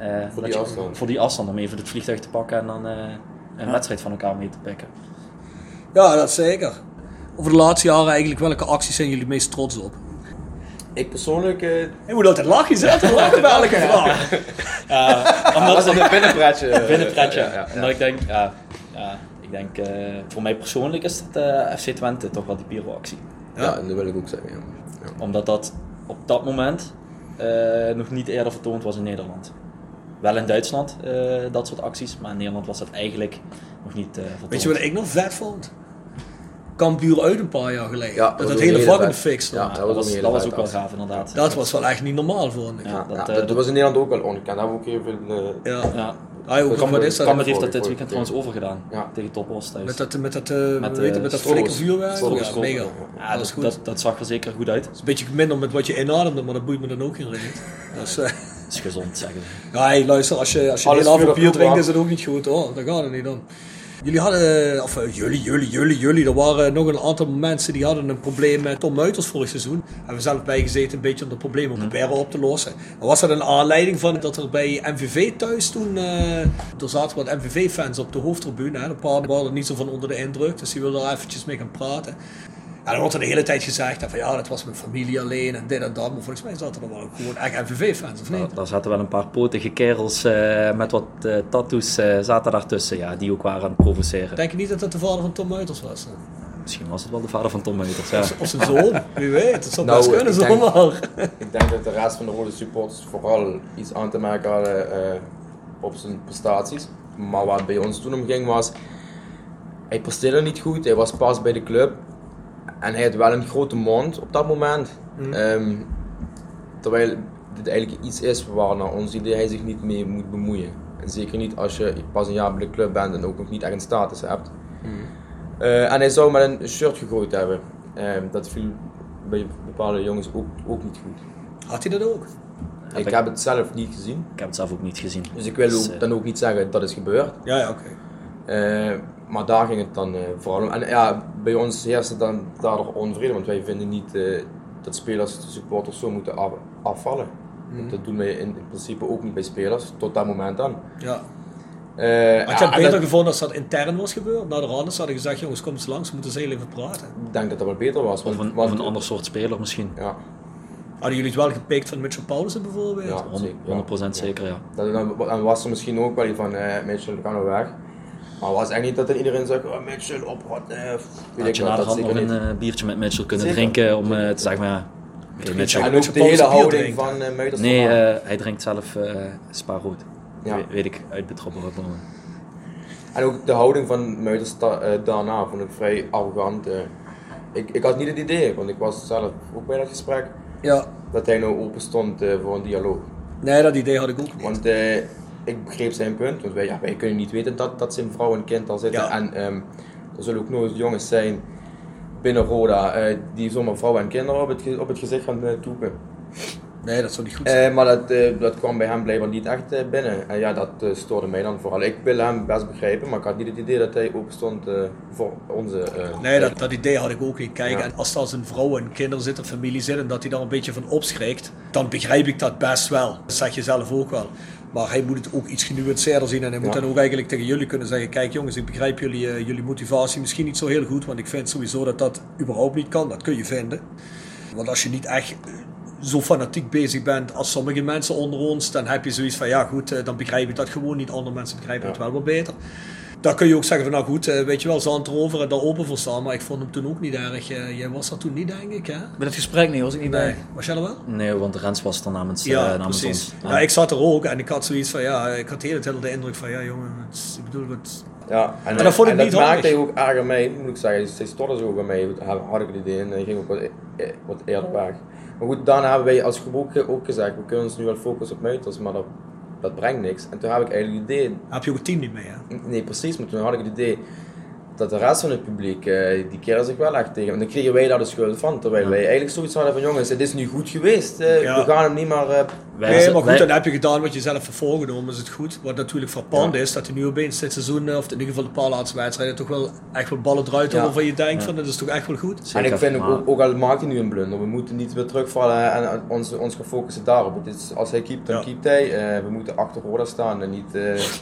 voor die afstand om even het vliegtuig te pakken en dan een wedstrijd van elkaar mee te pikken. Ja, dat zeker. Over de laatste jaren eigenlijk, welke acties zijn jullie het meest trots op? Ik persoonlijk... Je moet altijd lachen, zetten. Lachen bij elke vraag. Omdat het een binnenpretje. Binnenpretje. Ja. Omdat ik denk, voor mij persoonlijk is het FC Twente toch wel die pyro-actie. Ja, dat wil ik ook zeggen. Ja. Omdat dat op dat moment nog niet eerder vertoond was in Nederland. Wel in Duitsland, dat soort acties, maar in Nederland was dat eigenlijk nog niet vertoond. Weet je wat ik nog vet vond? Kampioen uit een paar jaar geleden. Ja, dat hele vak in de fik stond. Ja, dat was ook wel gaaf inderdaad. Dat was wel echt niet normaal voor me. Dat was in Nederland ook wel ongekend. Daar hebben we ook heel veel... Kammer heeft dat dit weekend trouwens overgedaan tegen Top Os thuis. Met dat flikkervuurwerk. Ja, mega. Ja, dat zag er zeker goed uit. Het is een beetje minder met wat je inademde, maar dat boeit me dan ook geen reet. Dat is gezond, zeggen ze. Ja, hey, luister, als je een halve bier drinkt is het ook niet goed hoor. Dat gaat het niet dan. Jullie hadden, of jullie, er waren nog een aantal mensen die hadden een probleem met Tom Muiters vorig seizoen. Hebben we zelf bijgezeten een beetje om dat probleem op proberen op te lossen. Maar was dat een aanleiding van dat er bij MVV thuis toen, er zaten wat MVV-fans op de hoofdtribune. Hè? Een paar waren er niet zo van onder de indruk, dus die wilden er eventjes mee gaan praten. En dan wordt er de hele tijd gezegd van ja, dat was mijn familie alleen en dit en dat. Maar volgens mij zaten er wel ook gewoon echt MVV-fans, of niet? Daar zaten wel een paar potige kerels met wat tattoos zaten daartussen, ja, die ook waren aan het provoceren. Denk je niet dat dat de vader van Tom Muiters was? Misschien was het wel de vader van Tom Muiters, ja. Of zijn zoon, wie weet. Het zou Nou, best kunnen zomaar. Ik denk dat de rest van de rode supporters vooral iets aan te merken hadden op zijn prestaties. Maar wat bij ons toen omging was, hij presteerde niet goed, hij was pas bij de club. En hij had wel een grote mond op dat moment. Terwijl dit eigenlijk iets is waar naar ons idee hij zich niet mee moet bemoeien. En zeker niet als je pas een jaar bij de club bent en ook nog niet echt een status hebt. En hij zou met een shirt gegooid hebben. Dat viel bij bepaalde jongens ook niet goed. Had hij dat ook? Ik heb het zelf niet gezien. Ik heb het zelf ook niet gezien. Dus ik wil dan ook niet zeggen dat is gebeurd. Ja, oké. Maar daar ging het dan vooral om. En ja, bij ons heerste dan daardoor onvrede, want wij vinden niet dat spelers, de supporters zo moeten afvallen. Dat doen wij in principe ook niet bij spelers, tot dat moment dan. Ja. Had je het beter gevonden als dat intern was gebeurd? Nou, de Randers hadden gezegd, jongens, kom eens langs, we moeten eens heel even praten. Ik denk dat dat wel beter was. Of een ander soort speler misschien. Ja. Hadden jullie het wel gepikt van Mitchell Paulussen bijvoorbeeld? Ja, 100% zeker, ja. Dan was er misschien ook wel van Mitchell, ga nou weg. Maar het was echt niet dat er iedereen zei, oh, Mitchell, oprot. Had je na de hand nog een biertje met Mitchell kunnen drinken om te zeggen, maar ja, okay, Mitchell. En ook de hele houding van Muiters. Nee, hij drinkt zelf Spa-rood. Ja. Weet ik uit betrouwbare bronnen. En ook de houding van Muiters daarna vond ik vrij arrogant. Ik had niet het idee, want ik was zelf ook bij dat gesprek, dat hij nou open stond voor een dialoog. Nee, dat idee had ik ook niet. Want ik begreep zijn punt, want wij kunnen niet weten dat zijn vrouw en kind al zitten. Ja. En er zullen ook nooit jongens zijn binnen Roda die zomaar vrouwen en kinderen op het gezicht gaan toeken. Nee, dat zou niet goed zijn. Maar dat kwam bij hem blijkbaar niet echt binnen. En ja, dat stoorde mij dan vooral. Ik wil hem best begrijpen, maar ik had niet het idee dat hij open stond voor onze... nee, dat idee had ik ook niet. Kijk, en als daar zijn vrouw en kinderen zitten, familie zitten, en dat hij daar een beetje van opschrikt, dan begrijp ik dat best wel. Dat zeg je zelf ook wel. Maar hij moet het ook iets genuanceerder zien en hij moet dan ook eigenlijk tegen jullie kunnen zeggen, kijk jongens, ik begrijp jullie motivatie misschien niet zo heel goed, want ik vind sowieso dat dat überhaupt niet kan. Dat kun je vinden. Want als je niet echt zo fanatiek bezig bent als sommige mensen onder ons, dan heb je zoiets van, ja goed, dan begrijp ik dat gewoon niet. Andere mensen begrijpen het wel wat beter. Dan kun je ook zeggen van, nou goed, weet je wel, zand erover en daar open voor staan. Maar ik vond hem toen ook niet erg. Jij was er toen niet, denk ik, hè? Bij het gesprek niet, was ik niet bij. Was jij er wel? Nee, want de Rens was er namens ons. Ja, ik zat er ook en ik had zoiets van, ik had de hele tijd de indruk van, ja jongen, ik bedoel, wat... Ja, en dat vond ik niet handig. maakte hij ook erg aan mij, moet ik zeggen. Hij storde zo bij mij, had ik het idee, en hij ging ook wat eerder weg. Maar goed, daarna hebben wij als groep ook gezegd, we kunnen ons nu wel focussen op Muiters, maar dat brengt niks. En toen heb ik eigenlijk het idee... Heb je ook het team niet mee, hè? Nee, precies, maar toen had ik het idee dat de rest van het publiek, die keren zich wel echt tegen. En dan kregen wij daar de schuld van, terwijl wij eigenlijk zoiets hadden van, jongens, het is nu goed geweest, we gaan hem niet meer... Nee, maar goed, dan heb je gedaan wat je zelf hebt voorgenomen, is het goed. Wat natuurlijk frappant is, dat hij nu opeens dit seizoen, of in ieder geval de paar laatste wedstrijden, toch wel echt wel ballen eruit hebben waarvan je denkt van, dat is toch echt wel goed. Zeker. En ik vind ook al maakt hij nu een blunder, we moeten niet weer terugvallen en ons gaan focussen daarop. Het is, als hij keept, dan keept hij. We moeten achter Roda staan en niet...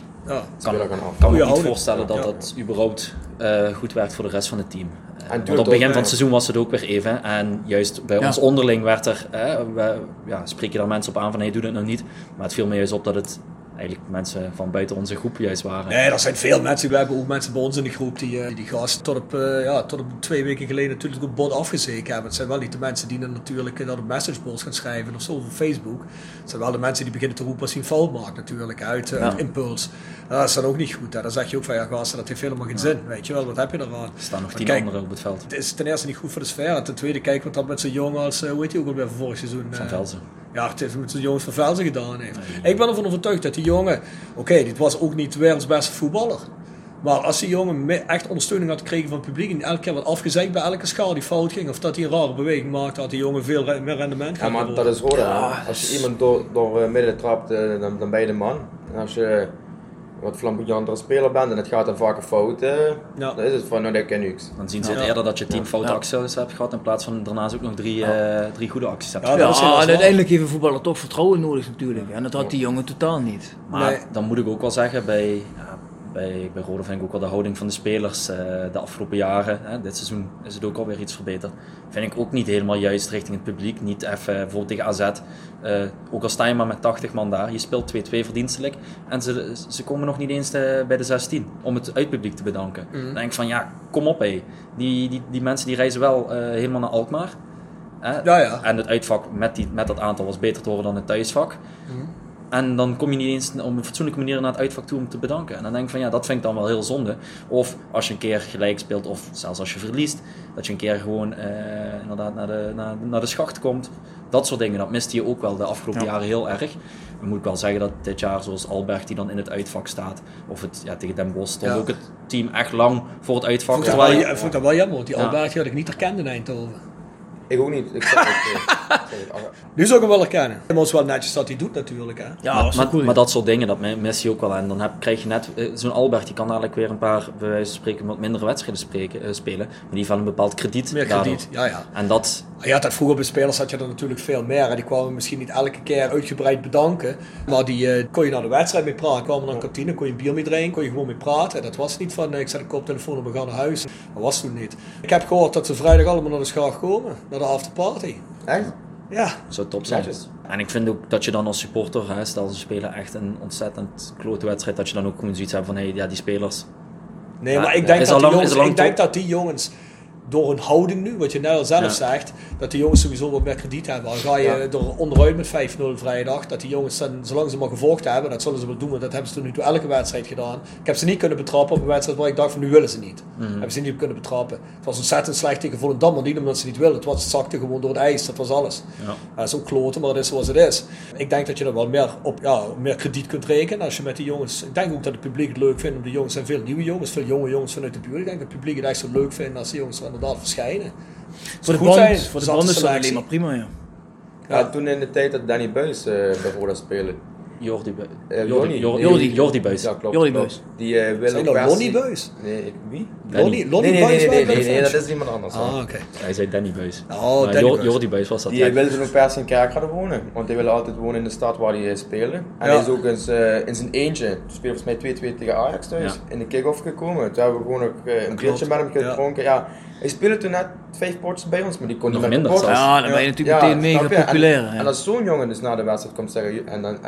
Ik kan me niet voorstellen dat dat überhaupt goed werkt voor de rest van het team. Want op het begin van het seizoen was het ook weer even. En juist bij ons onderling werd er, spreek je daar mensen op aan van hey, doe dat nou niet. Maar het viel me juist op dat het eigenlijk mensen van buiten onze groep juist waren. Nee, er zijn veel mensen. We hebben ook mensen bij ons in de groep die gast tot op 2 weken geleden natuurlijk op bord afgezeken hebben. Het zijn wel niet de mensen die dan natuurlijk dat op messageboards gaan schrijven of zo op Facebook. Het zijn wel de mensen die beginnen te roepen als hij een fout maakt natuurlijk uit impuls. Dat is dan ook niet goed. Hè. Dan zeg je ook van gasten, dat heeft helemaal geen zin. Weet je wel, wat heb je eraan? Er staan nog 10 anderen op het veld. Het is ten eerste niet goed voor de sfeer. En ten tweede, kijk wat dat met zo'n jongen als, hoe heet hij ook alweer van vorig seizoen? Van Velzen. Ja, het heeft met zo'n jongens van Velzen gedaan heeft. Ik ben ervan overtuigd dat die jongen, dit was ook niet de werelds beste voetballer. Maar als die jongen echt ondersteuning had gekregen van het publiek en elke keer wat afgezegd bij elke schaal die fout ging, of dat hij een rare beweging maakte, had die jongen veel meer rendement gehad. Ja, maar dat is Roda. Als je iemand door midden trapt, dan ben je de man. En als je wat flamboyantere speler bent en het gaat dan vaak een fout, dan is het van, dat ken niks. Dan zien ze het eerder dat je 10 foute acties hebt gehad in plaats van daarnaast ook nog 3 goede acties hebt. En uiteindelijk heeft een voetballer toch vertrouwen nodig natuurlijk. En dat had die jongen totaal niet. Maar dan moet ik ook wel zeggen, bij bij Roda vind ik ook wel de houding van de spelers de afgelopen jaren. Dit seizoen is het ook alweer iets verbeterd. Vind ik ook niet helemaal juist richting het publiek. Niet even bijvoorbeeld tegen AZ. Ook al sta je maar met 80 man daar. Je speelt 2-2 verdienstelijk. En ze komen nog niet eens bij de 16 om het uitpubliek te bedanken. Dan denk ik van ja, kom op hé. Die mensen die reizen wel helemaal naar Alkmaar. Ja. En het uitvak met dat aantal was beter te horen dan het thuisvak. En dan kom je niet eens op een fatsoenlijke manier naar het uitvak toe om te bedanken. En dan denk ik van ja, dat vind ik dan wel heel zonde. Of als je een keer gelijk speelt, of zelfs als je verliest, dat je een keer gewoon inderdaad naar de schacht komt. Dat soort dingen, dat miste je ook wel de afgelopen jaren heel erg. Dan moet ik wel zeggen dat dit jaar, zoals Alberg die dan in het uitvak staat, of tegen Den Bosch stond ook het team echt lang voor het uitvak. Ik vond dat wel jammer, want die Alberg had ik niet herkend in Eindhoven. Ik ook niet. Nu zou ik hem wel herkennen. Maar het is wel netjes dat hij doet natuurlijk. Hè? Ja, maar dat soort dingen, dat mis je ook wel. En dan krijg je net, zo'n Albert, die kan dadelijk weer een paar, bij wijze van spreken, wat mindere wedstrijden spelen. Maar die van een bepaald krediet. Meer krediet, ja. En dat... Ja, dat vroeger bij spelers had je er natuurlijk veel meer. En die kwamen misschien niet elke keer uitgebreid bedanken. Maar die kon je naar de wedstrijd mee praten. Kwamen naar een kantine, kon je een bier mee drinken, kon je gewoon mee praten. Dat was niet van, ik zet een koptelefoon en we gaan naar huis. Dat was toen niet. Ik heb gehoord dat ze vrijdag allemaal naar de Schaag komen. Naar de afterparty. Echt? Ja. Dat zou top zijn. En ik vind ook dat je dan als supporter, stel ze spelen echt een ontzettend klote wedstrijd, dat je dan ook gewoon zoiets hebt van, die spelers... Nee, maar ik denk dat die jongens... Door hun houding nu, wat je net al zelf zegt, dat die jongens sowieso wat meer krediet hebben. Al ga je er onderuit met 5-0 vrijdag, dat die jongens dan, zolang ze maar gevochten hebben, dat zullen ze wel doen, want dat hebben ze tot nu toe elke wedstrijd gedaan. Ik heb ze niet kunnen betrappen op een wedstrijd waar ik dacht van nu willen ze niet. Hebben ze niet kunnen betrappen. Het was ontzettend slecht tegen Volendam, maar niet omdat ze niet willen. Het zakte gewoon door het ijs, dat was alles. Ja. Dat is ook kloten, maar het is zoals het is. Ik denk dat je er wel meer krediet kunt rekenen als je met die jongens... Ik denk ook dat het publiek het leuk vindt, omdat de jongens zijn veel nieuwe jongens, veel jonge jongens vanuit de buurt. Ik denk dat het publiek het echt zo leuk vindt als die jongens er inderdaad verschijnen. Voor de band is dat alleen maar prima, ja. Toen in de tijd dat Danny Buijs bij Roda speelde. Jordi Buijs. Ja, klopt. Jordi Buijs. Die wil ook Lonnie Buijs? Nee, wie? Lonnie Buijs? Nee, dat is iemand anders. Oké. Hij zei Danny Buijs. Jordi Buijs was dat. Die wilde toen ook per se in Kerkrade wonen. Want hij wilde altijd wonen in de stad waar hij speelde. En hij is ook in zijn eentje, toen speelde volgens mij 2-2 tegen Ajax thuis, in de kick-off gekomen. Toen hebben we gewoon ook een biertje met hem gedronken. Ja. Hij speelde toen net 5 potjes bij ons, maar die kon niet met de potjes. Ja, dan ben je natuurlijk meteen mega populair. En als zo'n jongen dus na de wedstrijd komt zeggen en dan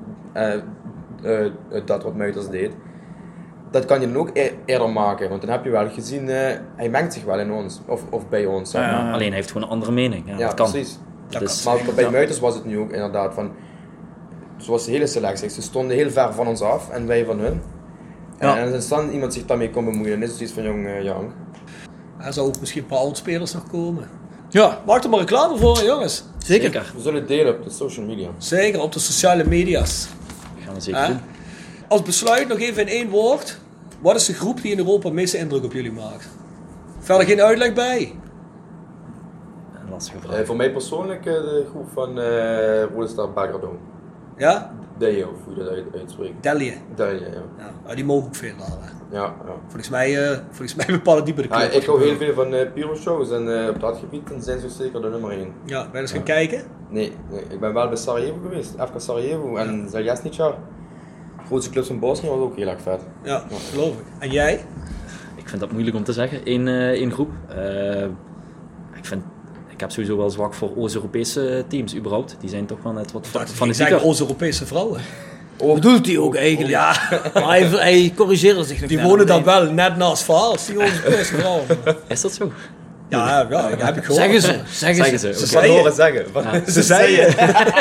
dat wat Muiters deed, dat kan je dan ook eerder maken, want dan heb je wel gezien, hij mengt zich wel in ons, of bij ons. Alleen hij heeft gewoon een andere mening. Ja, dat kan. Precies. Maar bij Muiters was het nu ook inderdaad van, zoals de hele selectie, ze stonden heel ver van ons af en wij van hun. En als dan iemand zich daarmee kon bemoeien, dan is het iets van jong. Er zou ook misschien een paar oudspelers nog komen. Ja, maak er maar reclame voor, jongens. Zeker. We zullen het delen op de social media. Zeker, op de sociale media's. Dat gaan we zeker doen. Als besluit nog even in 1 woord. Wat is de groep die in Europa het meeste indruk op jullie maakt? Verder geen uitleg bij. Een lastige vraag. Voor mij persoonlijk de groep van Roda Ster Belgrado. Ja? Delje, of hoe je dat uitspreekt. Delje, ja. Die mogen ook veel halen. Ja. Volgens mij bepalen die bij de club. Ik hou heel veel van Piro-shows en op dat gebied zijn ze zeker de nummer 1. Ja, ben je eens gaan kijken? Nee, ik ben wel bij Sarajevo geweest, FK Sarajevo en Zaljesnica. De grootste clubs van Bosnië was ook heel erg vet. Ja, geloof ik. En jij? Ik vind dat moeilijk om te zeggen, één groep. Ik heb sowieso wel zwak voor Oost-Europese teams überhaupt. Die zijn toch wel net wat fanatieker. Oost-Europese vrouwen. Bedoelt hij ook eigenlijk? Ja. Maar hij corrigeerde zich nog. Die wonen dan wel net naast Vaals, die Oost-Europese vrouwen. Is dat zo? Ja, dat heb ik gehoord. Zeggen ze. Ze horen zeggen. Ja. Ze zeiden.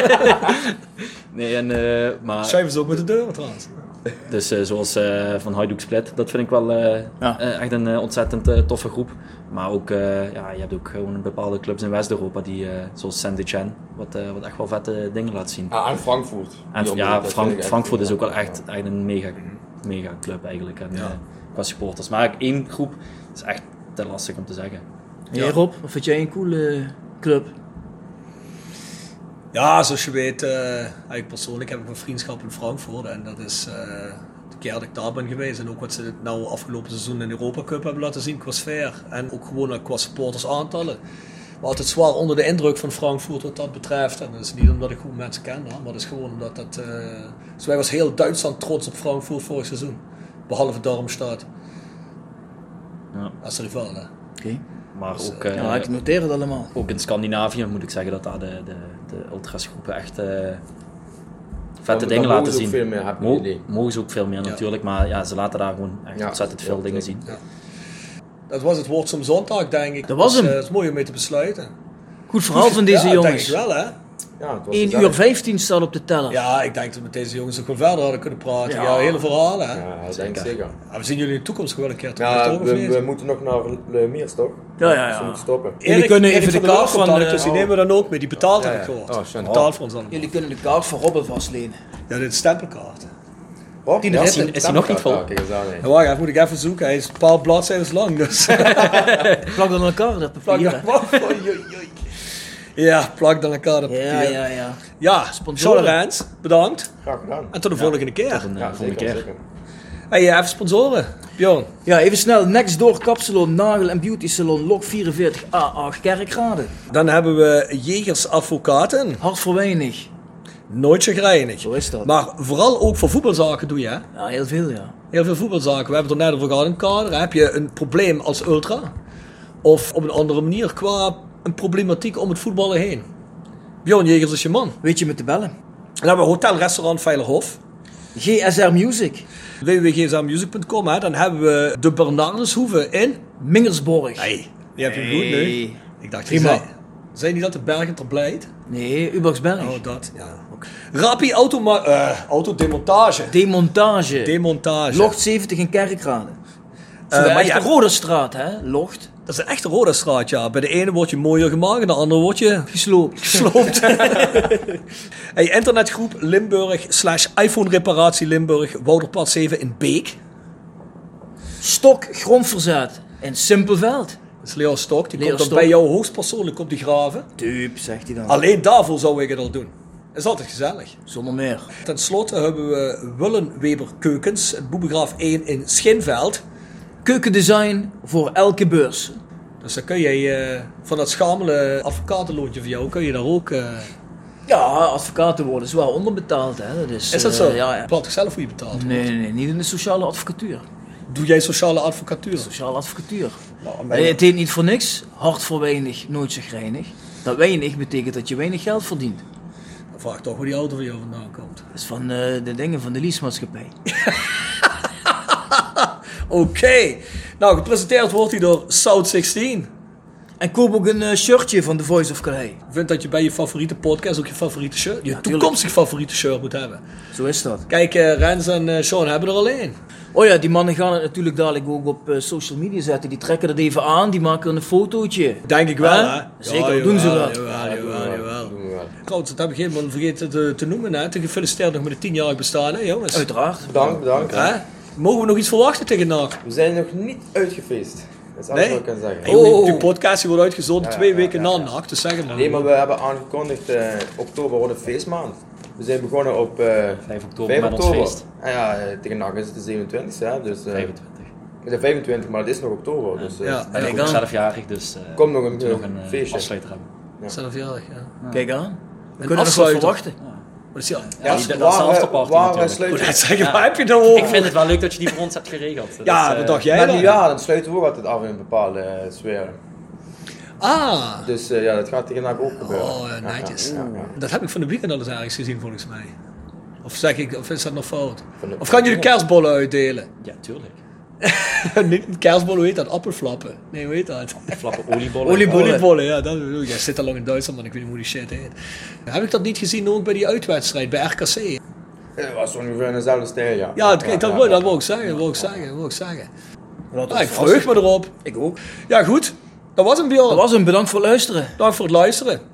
Nee, maar... Schrijven ze ook met de deur trouwens. Dus zoals van Hajduk Split, dat vind ik wel echt een ontzettend toffe groep. Maar ook, je hebt ook gewoon bepaalde clubs in West-Europa die, zoals Saint-Etienne, wat echt wel vette dingen laat zien. En Frankfurt. En Frankfurt is ook wel echt een mega club eigenlijk, qua supporters. Maar één groep is echt te lastig om te zeggen. Ja, Rob, of vind jij een coole club? Ja, zoals je weet, eigenlijk persoonlijk heb ik een vriendschap in Frankfurt en dat is de keer dat ik daar ben geweest en ook wat ze nou afgelopen seizoen in de Europa Cup hebben laten zien qua sfeer en ook gewoon qua supporters aantallen. Maar altijd zwaar onder de indruk van Frankfurt wat dat betreft en dat is niet omdat ik goed mensen ken, maar dat is gewoon omdat dat... Dus wij was heel Duitsland trots op Frankfurt vorig seizoen. Behalve Darmstadt. Ja. Als rivaal, hè. Oké. Maar ook, Ja, ik noteer het allemaal. ook in Scandinavië moet ik zeggen dat daar de ultrasgroepen echt vette dingen laten zien. Veel meer, heb je een idee. Mogen ze ook veel meer natuurlijk, maar ja, ze laten daar gewoon echt ontzettend veel dingen zien. Ja. Dat was het woord om zondag, denk ik. Dat was hem. Dat is mooi om mee te besluiten. Goed verhaal van deze ja, jongens. denk ik wel, hè. Ja, het was 1 gezellig. uur 15 staat op de teller. Ja, ik denk dat we met deze jongens ook gewoon verder hadden kunnen praten. Ja. Ja, hele verhalen, hè. Ja, dat denk ik zeker. Ja, we zien jullie in de toekomst wel een keer terug, Ja, toch, of niet? we moeten nog naar Le Meers, toch? Ja. Dus we moeten stoppen. Jullie kunnen even de van kaart van... Laag, dus die nemen we dan ook mee. Die betaalt heb ik gehoord. Oh, schön. Betaalt voor ons allemaal. Jullie kunnen de kaart van Robben vastlenen. Ja, dit is stempelkaart. Oh, Die is hij nog niet vol? Ja, kijk eens aan, hè. Ja, wacht even, moet ik even zoeken. Hij is een paar bladzijden lang, dus... Plak dan elkaar, dat plak papier. dan... Ja, plak dan elkaar op Ja, papier. ja. Ja, Sponsoren. John Rens, bedankt. Graag gedaan. En tot de volgende keer. Tot een Ja, volgende zeker, keer. zeker. Hey, even sponsoren. Bjorn. Ja, even snel. Next Door Kapsalon, Nagel en Beauty Salon, Lok 44A8 Kerkrade. Dan hebben we Jegers Advocaten. Hart voor weinig. Nooit chagrijnig. Zo is dat. Maar vooral ook voor voetbalzaken doe je, hè? Ja, heel veel, ja. Heel veel voetbalzaken. We hebben het er net over gehad in het kader. Heb je een probleem als ultra? Of op een andere manier qua een problematiek om het voetballen heen? Bjorn Jegers is je man. Weet je me te bellen. Dan hebben we Hotel Restaurant Veilerhof. GSR Music. www.gsrmusic.com. Dan hebben we de Bernardeshoeve in... Mingersborg. Nee, die heb je goed nu. Ik dacht, Prima. Zei niet dat de Bergen ter Blijt? Nee, Ubaxberg. Oh, dat. Ja. Rapi Autodemontage. Demontage. Demontage. Locht 70 in Kerkrade. Maar Maar ja- de Rode Straat, hè? Locht. Dat is een echte rode straat, ja. Bij de ene word je mooier gemaakt en de andere word je Gesloopt. gesloopt. Hey, internetgroep Limburg / iPhone reparatie Limburg, Wouderpad 7 in Beek. Stok grondverzet. In Simpelveld. Dat is Leo Stok, die Leo komt dan Stok. bij jou hoogstpersoonlijk op die graven. Tup, zegt hij dan. Alleen daarvoor zou ik het al doen. Dat is altijd gezellig. Zonder meer. Ten slotte hebben we Wullenweber Keukens, Boebegraaf 1 in Schinveld. Keukendesign voor elke beurs. Dus dan kun je van dat schamele advocatenloontje van jou, kun je daar ook... Ja, advocaten worden zwaar onderbetaald, hè? Dat is dat zo? Ja. Bepaalt toch zelf hoe je betaalt? Nee, niet in de sociale advocatuur. Doe jij sociale advocatuur? Sociale advocatuur. Nou, Nee, het heet niet voor niks. Hart voor weinig, nooit chagrijnig. Dat weinig betekent dat je weinig geld verdient. Dan vraag ik toch waar die auto van jou vandaan komt. Dat is van de dingen van de leasemaatschappij. Oké. Nou, gepresenteerd wordt hij door South 16. En koop ook een shirtje van The Voice of Calais. Ik vind dat je bij je favoriete podcast ook je favoriete shirt, je Ja, toekomstig favoriete shirt moet hebben. Zo is dat. Kijk, Rens en Sean hebben er alleen. Oh ja, die mannen gaan het natuurlijk dadelijk ook op social media zetten. Die trekken dat even aan, die maken een fotootje. Denk ik wel, Hè? hè? Zeker, Ja, doen ze jawel, wel. Jawel. Doen we wel. Trouwens, dat heb ik helemaal vergeten te noemen, hè? Te gefeliciteerd nog met het 10-jarig bestaan, hè, jongens? Uiteraard. Bedankt. Hè? Mogen we nog iets verwachten tegen NAC? We zijn nog niet uitgefeest. Dat is alles Nee? wat ik kan zeggen. Hey, die podcast die wordt uitgezonden Ja, 2 ja, weken ja, na ja. NAC, dus zeg het maar. Nee, maar we hebben aangekondigd, oktober wordt een feestmaand. We zijn begonnen op 5 oktober 5 met ons oktober. feest. En ja, tegen NAC is het de 27e, hè, dus... 25. Het is 25, maar het is nog oktober, dus... Ja. Ben ik Kijk ook aan. zelfjarig, dus Komt nog een, moeten we nog een feestje. afsluiter hebben. Zelfjarig, ja. Kijk aan. We Een kunnen nog wat afsluiter. verwachten. Wat is die? Ja, dat is de afterparty natuurlijk. sluit Ik je... ga zeggen, waar heb je nou over? Ik vind het wel leuk dat je die voor ons hebt geregeld. Ja, Dat, wat dacht jij Met dan? nieuwjaar, dan sluiten we ook altijd af in een bepaalde sfeer. Ah, Dus ja, dat gaat tegen NAC ook gebeuren. Oh, netjes. Ja. dat heb ik van de weekend al eens ergens gezien, volgens mij. Of zeg ik, of is dat nog fout? Van de- Of gaan jullie kerstbollen uitdelen? Ja, tuurlijk. Niet kerstbollen, hoe heet dat? Appelflappen. Nee, hoe heet dat? Flappen oliebollen. Oliebollen, ja, dat bedoel ik. Jij zit al lang in Duitsland, man, ik weet niet hoe die shit heet. Heb ik dat niet gezien ook bij die uitwedstrijd, bij RKC? Het was ongeveer in dezelfde stijl, ja. Ja, kijk, dat wil ik zeggen, dat wil ik zeggen. Laat Ah, ons ik verheug me erop. Ik ook. Ja, goed. Dat was hem, Bjorn. Dat was hem. Bedankt voor het luisteren. Dank voor het luisteren.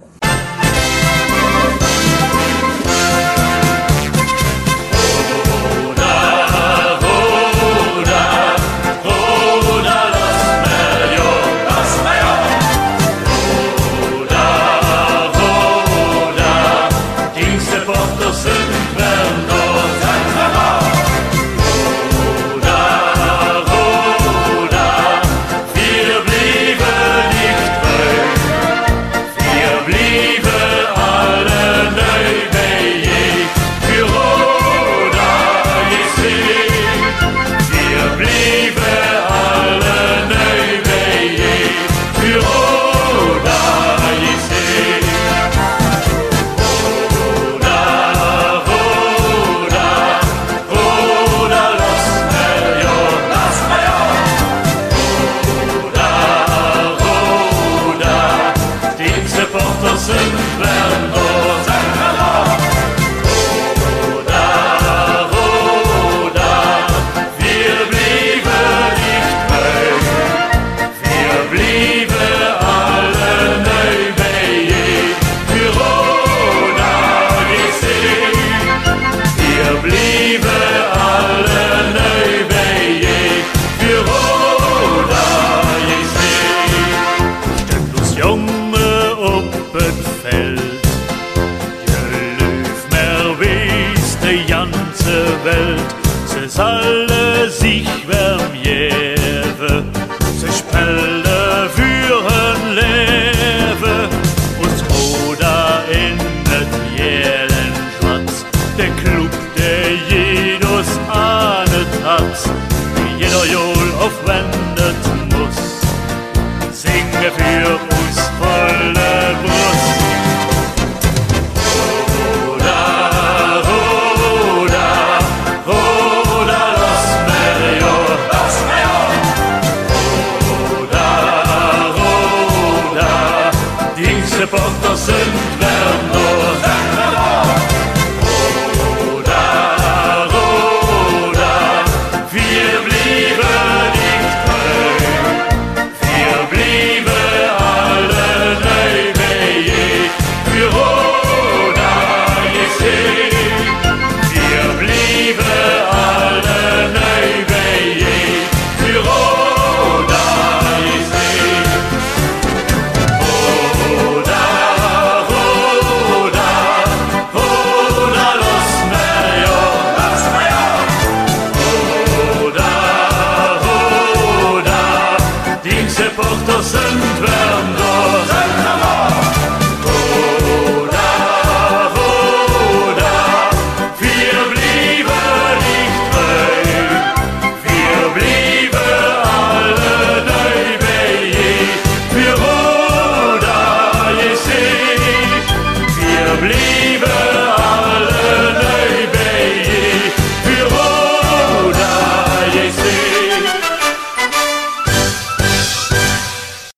de ganze Welt, ze zullen zich vermjeven. Ze spelen voor hun leven, ons Roda in het Jelenschwarz, de club der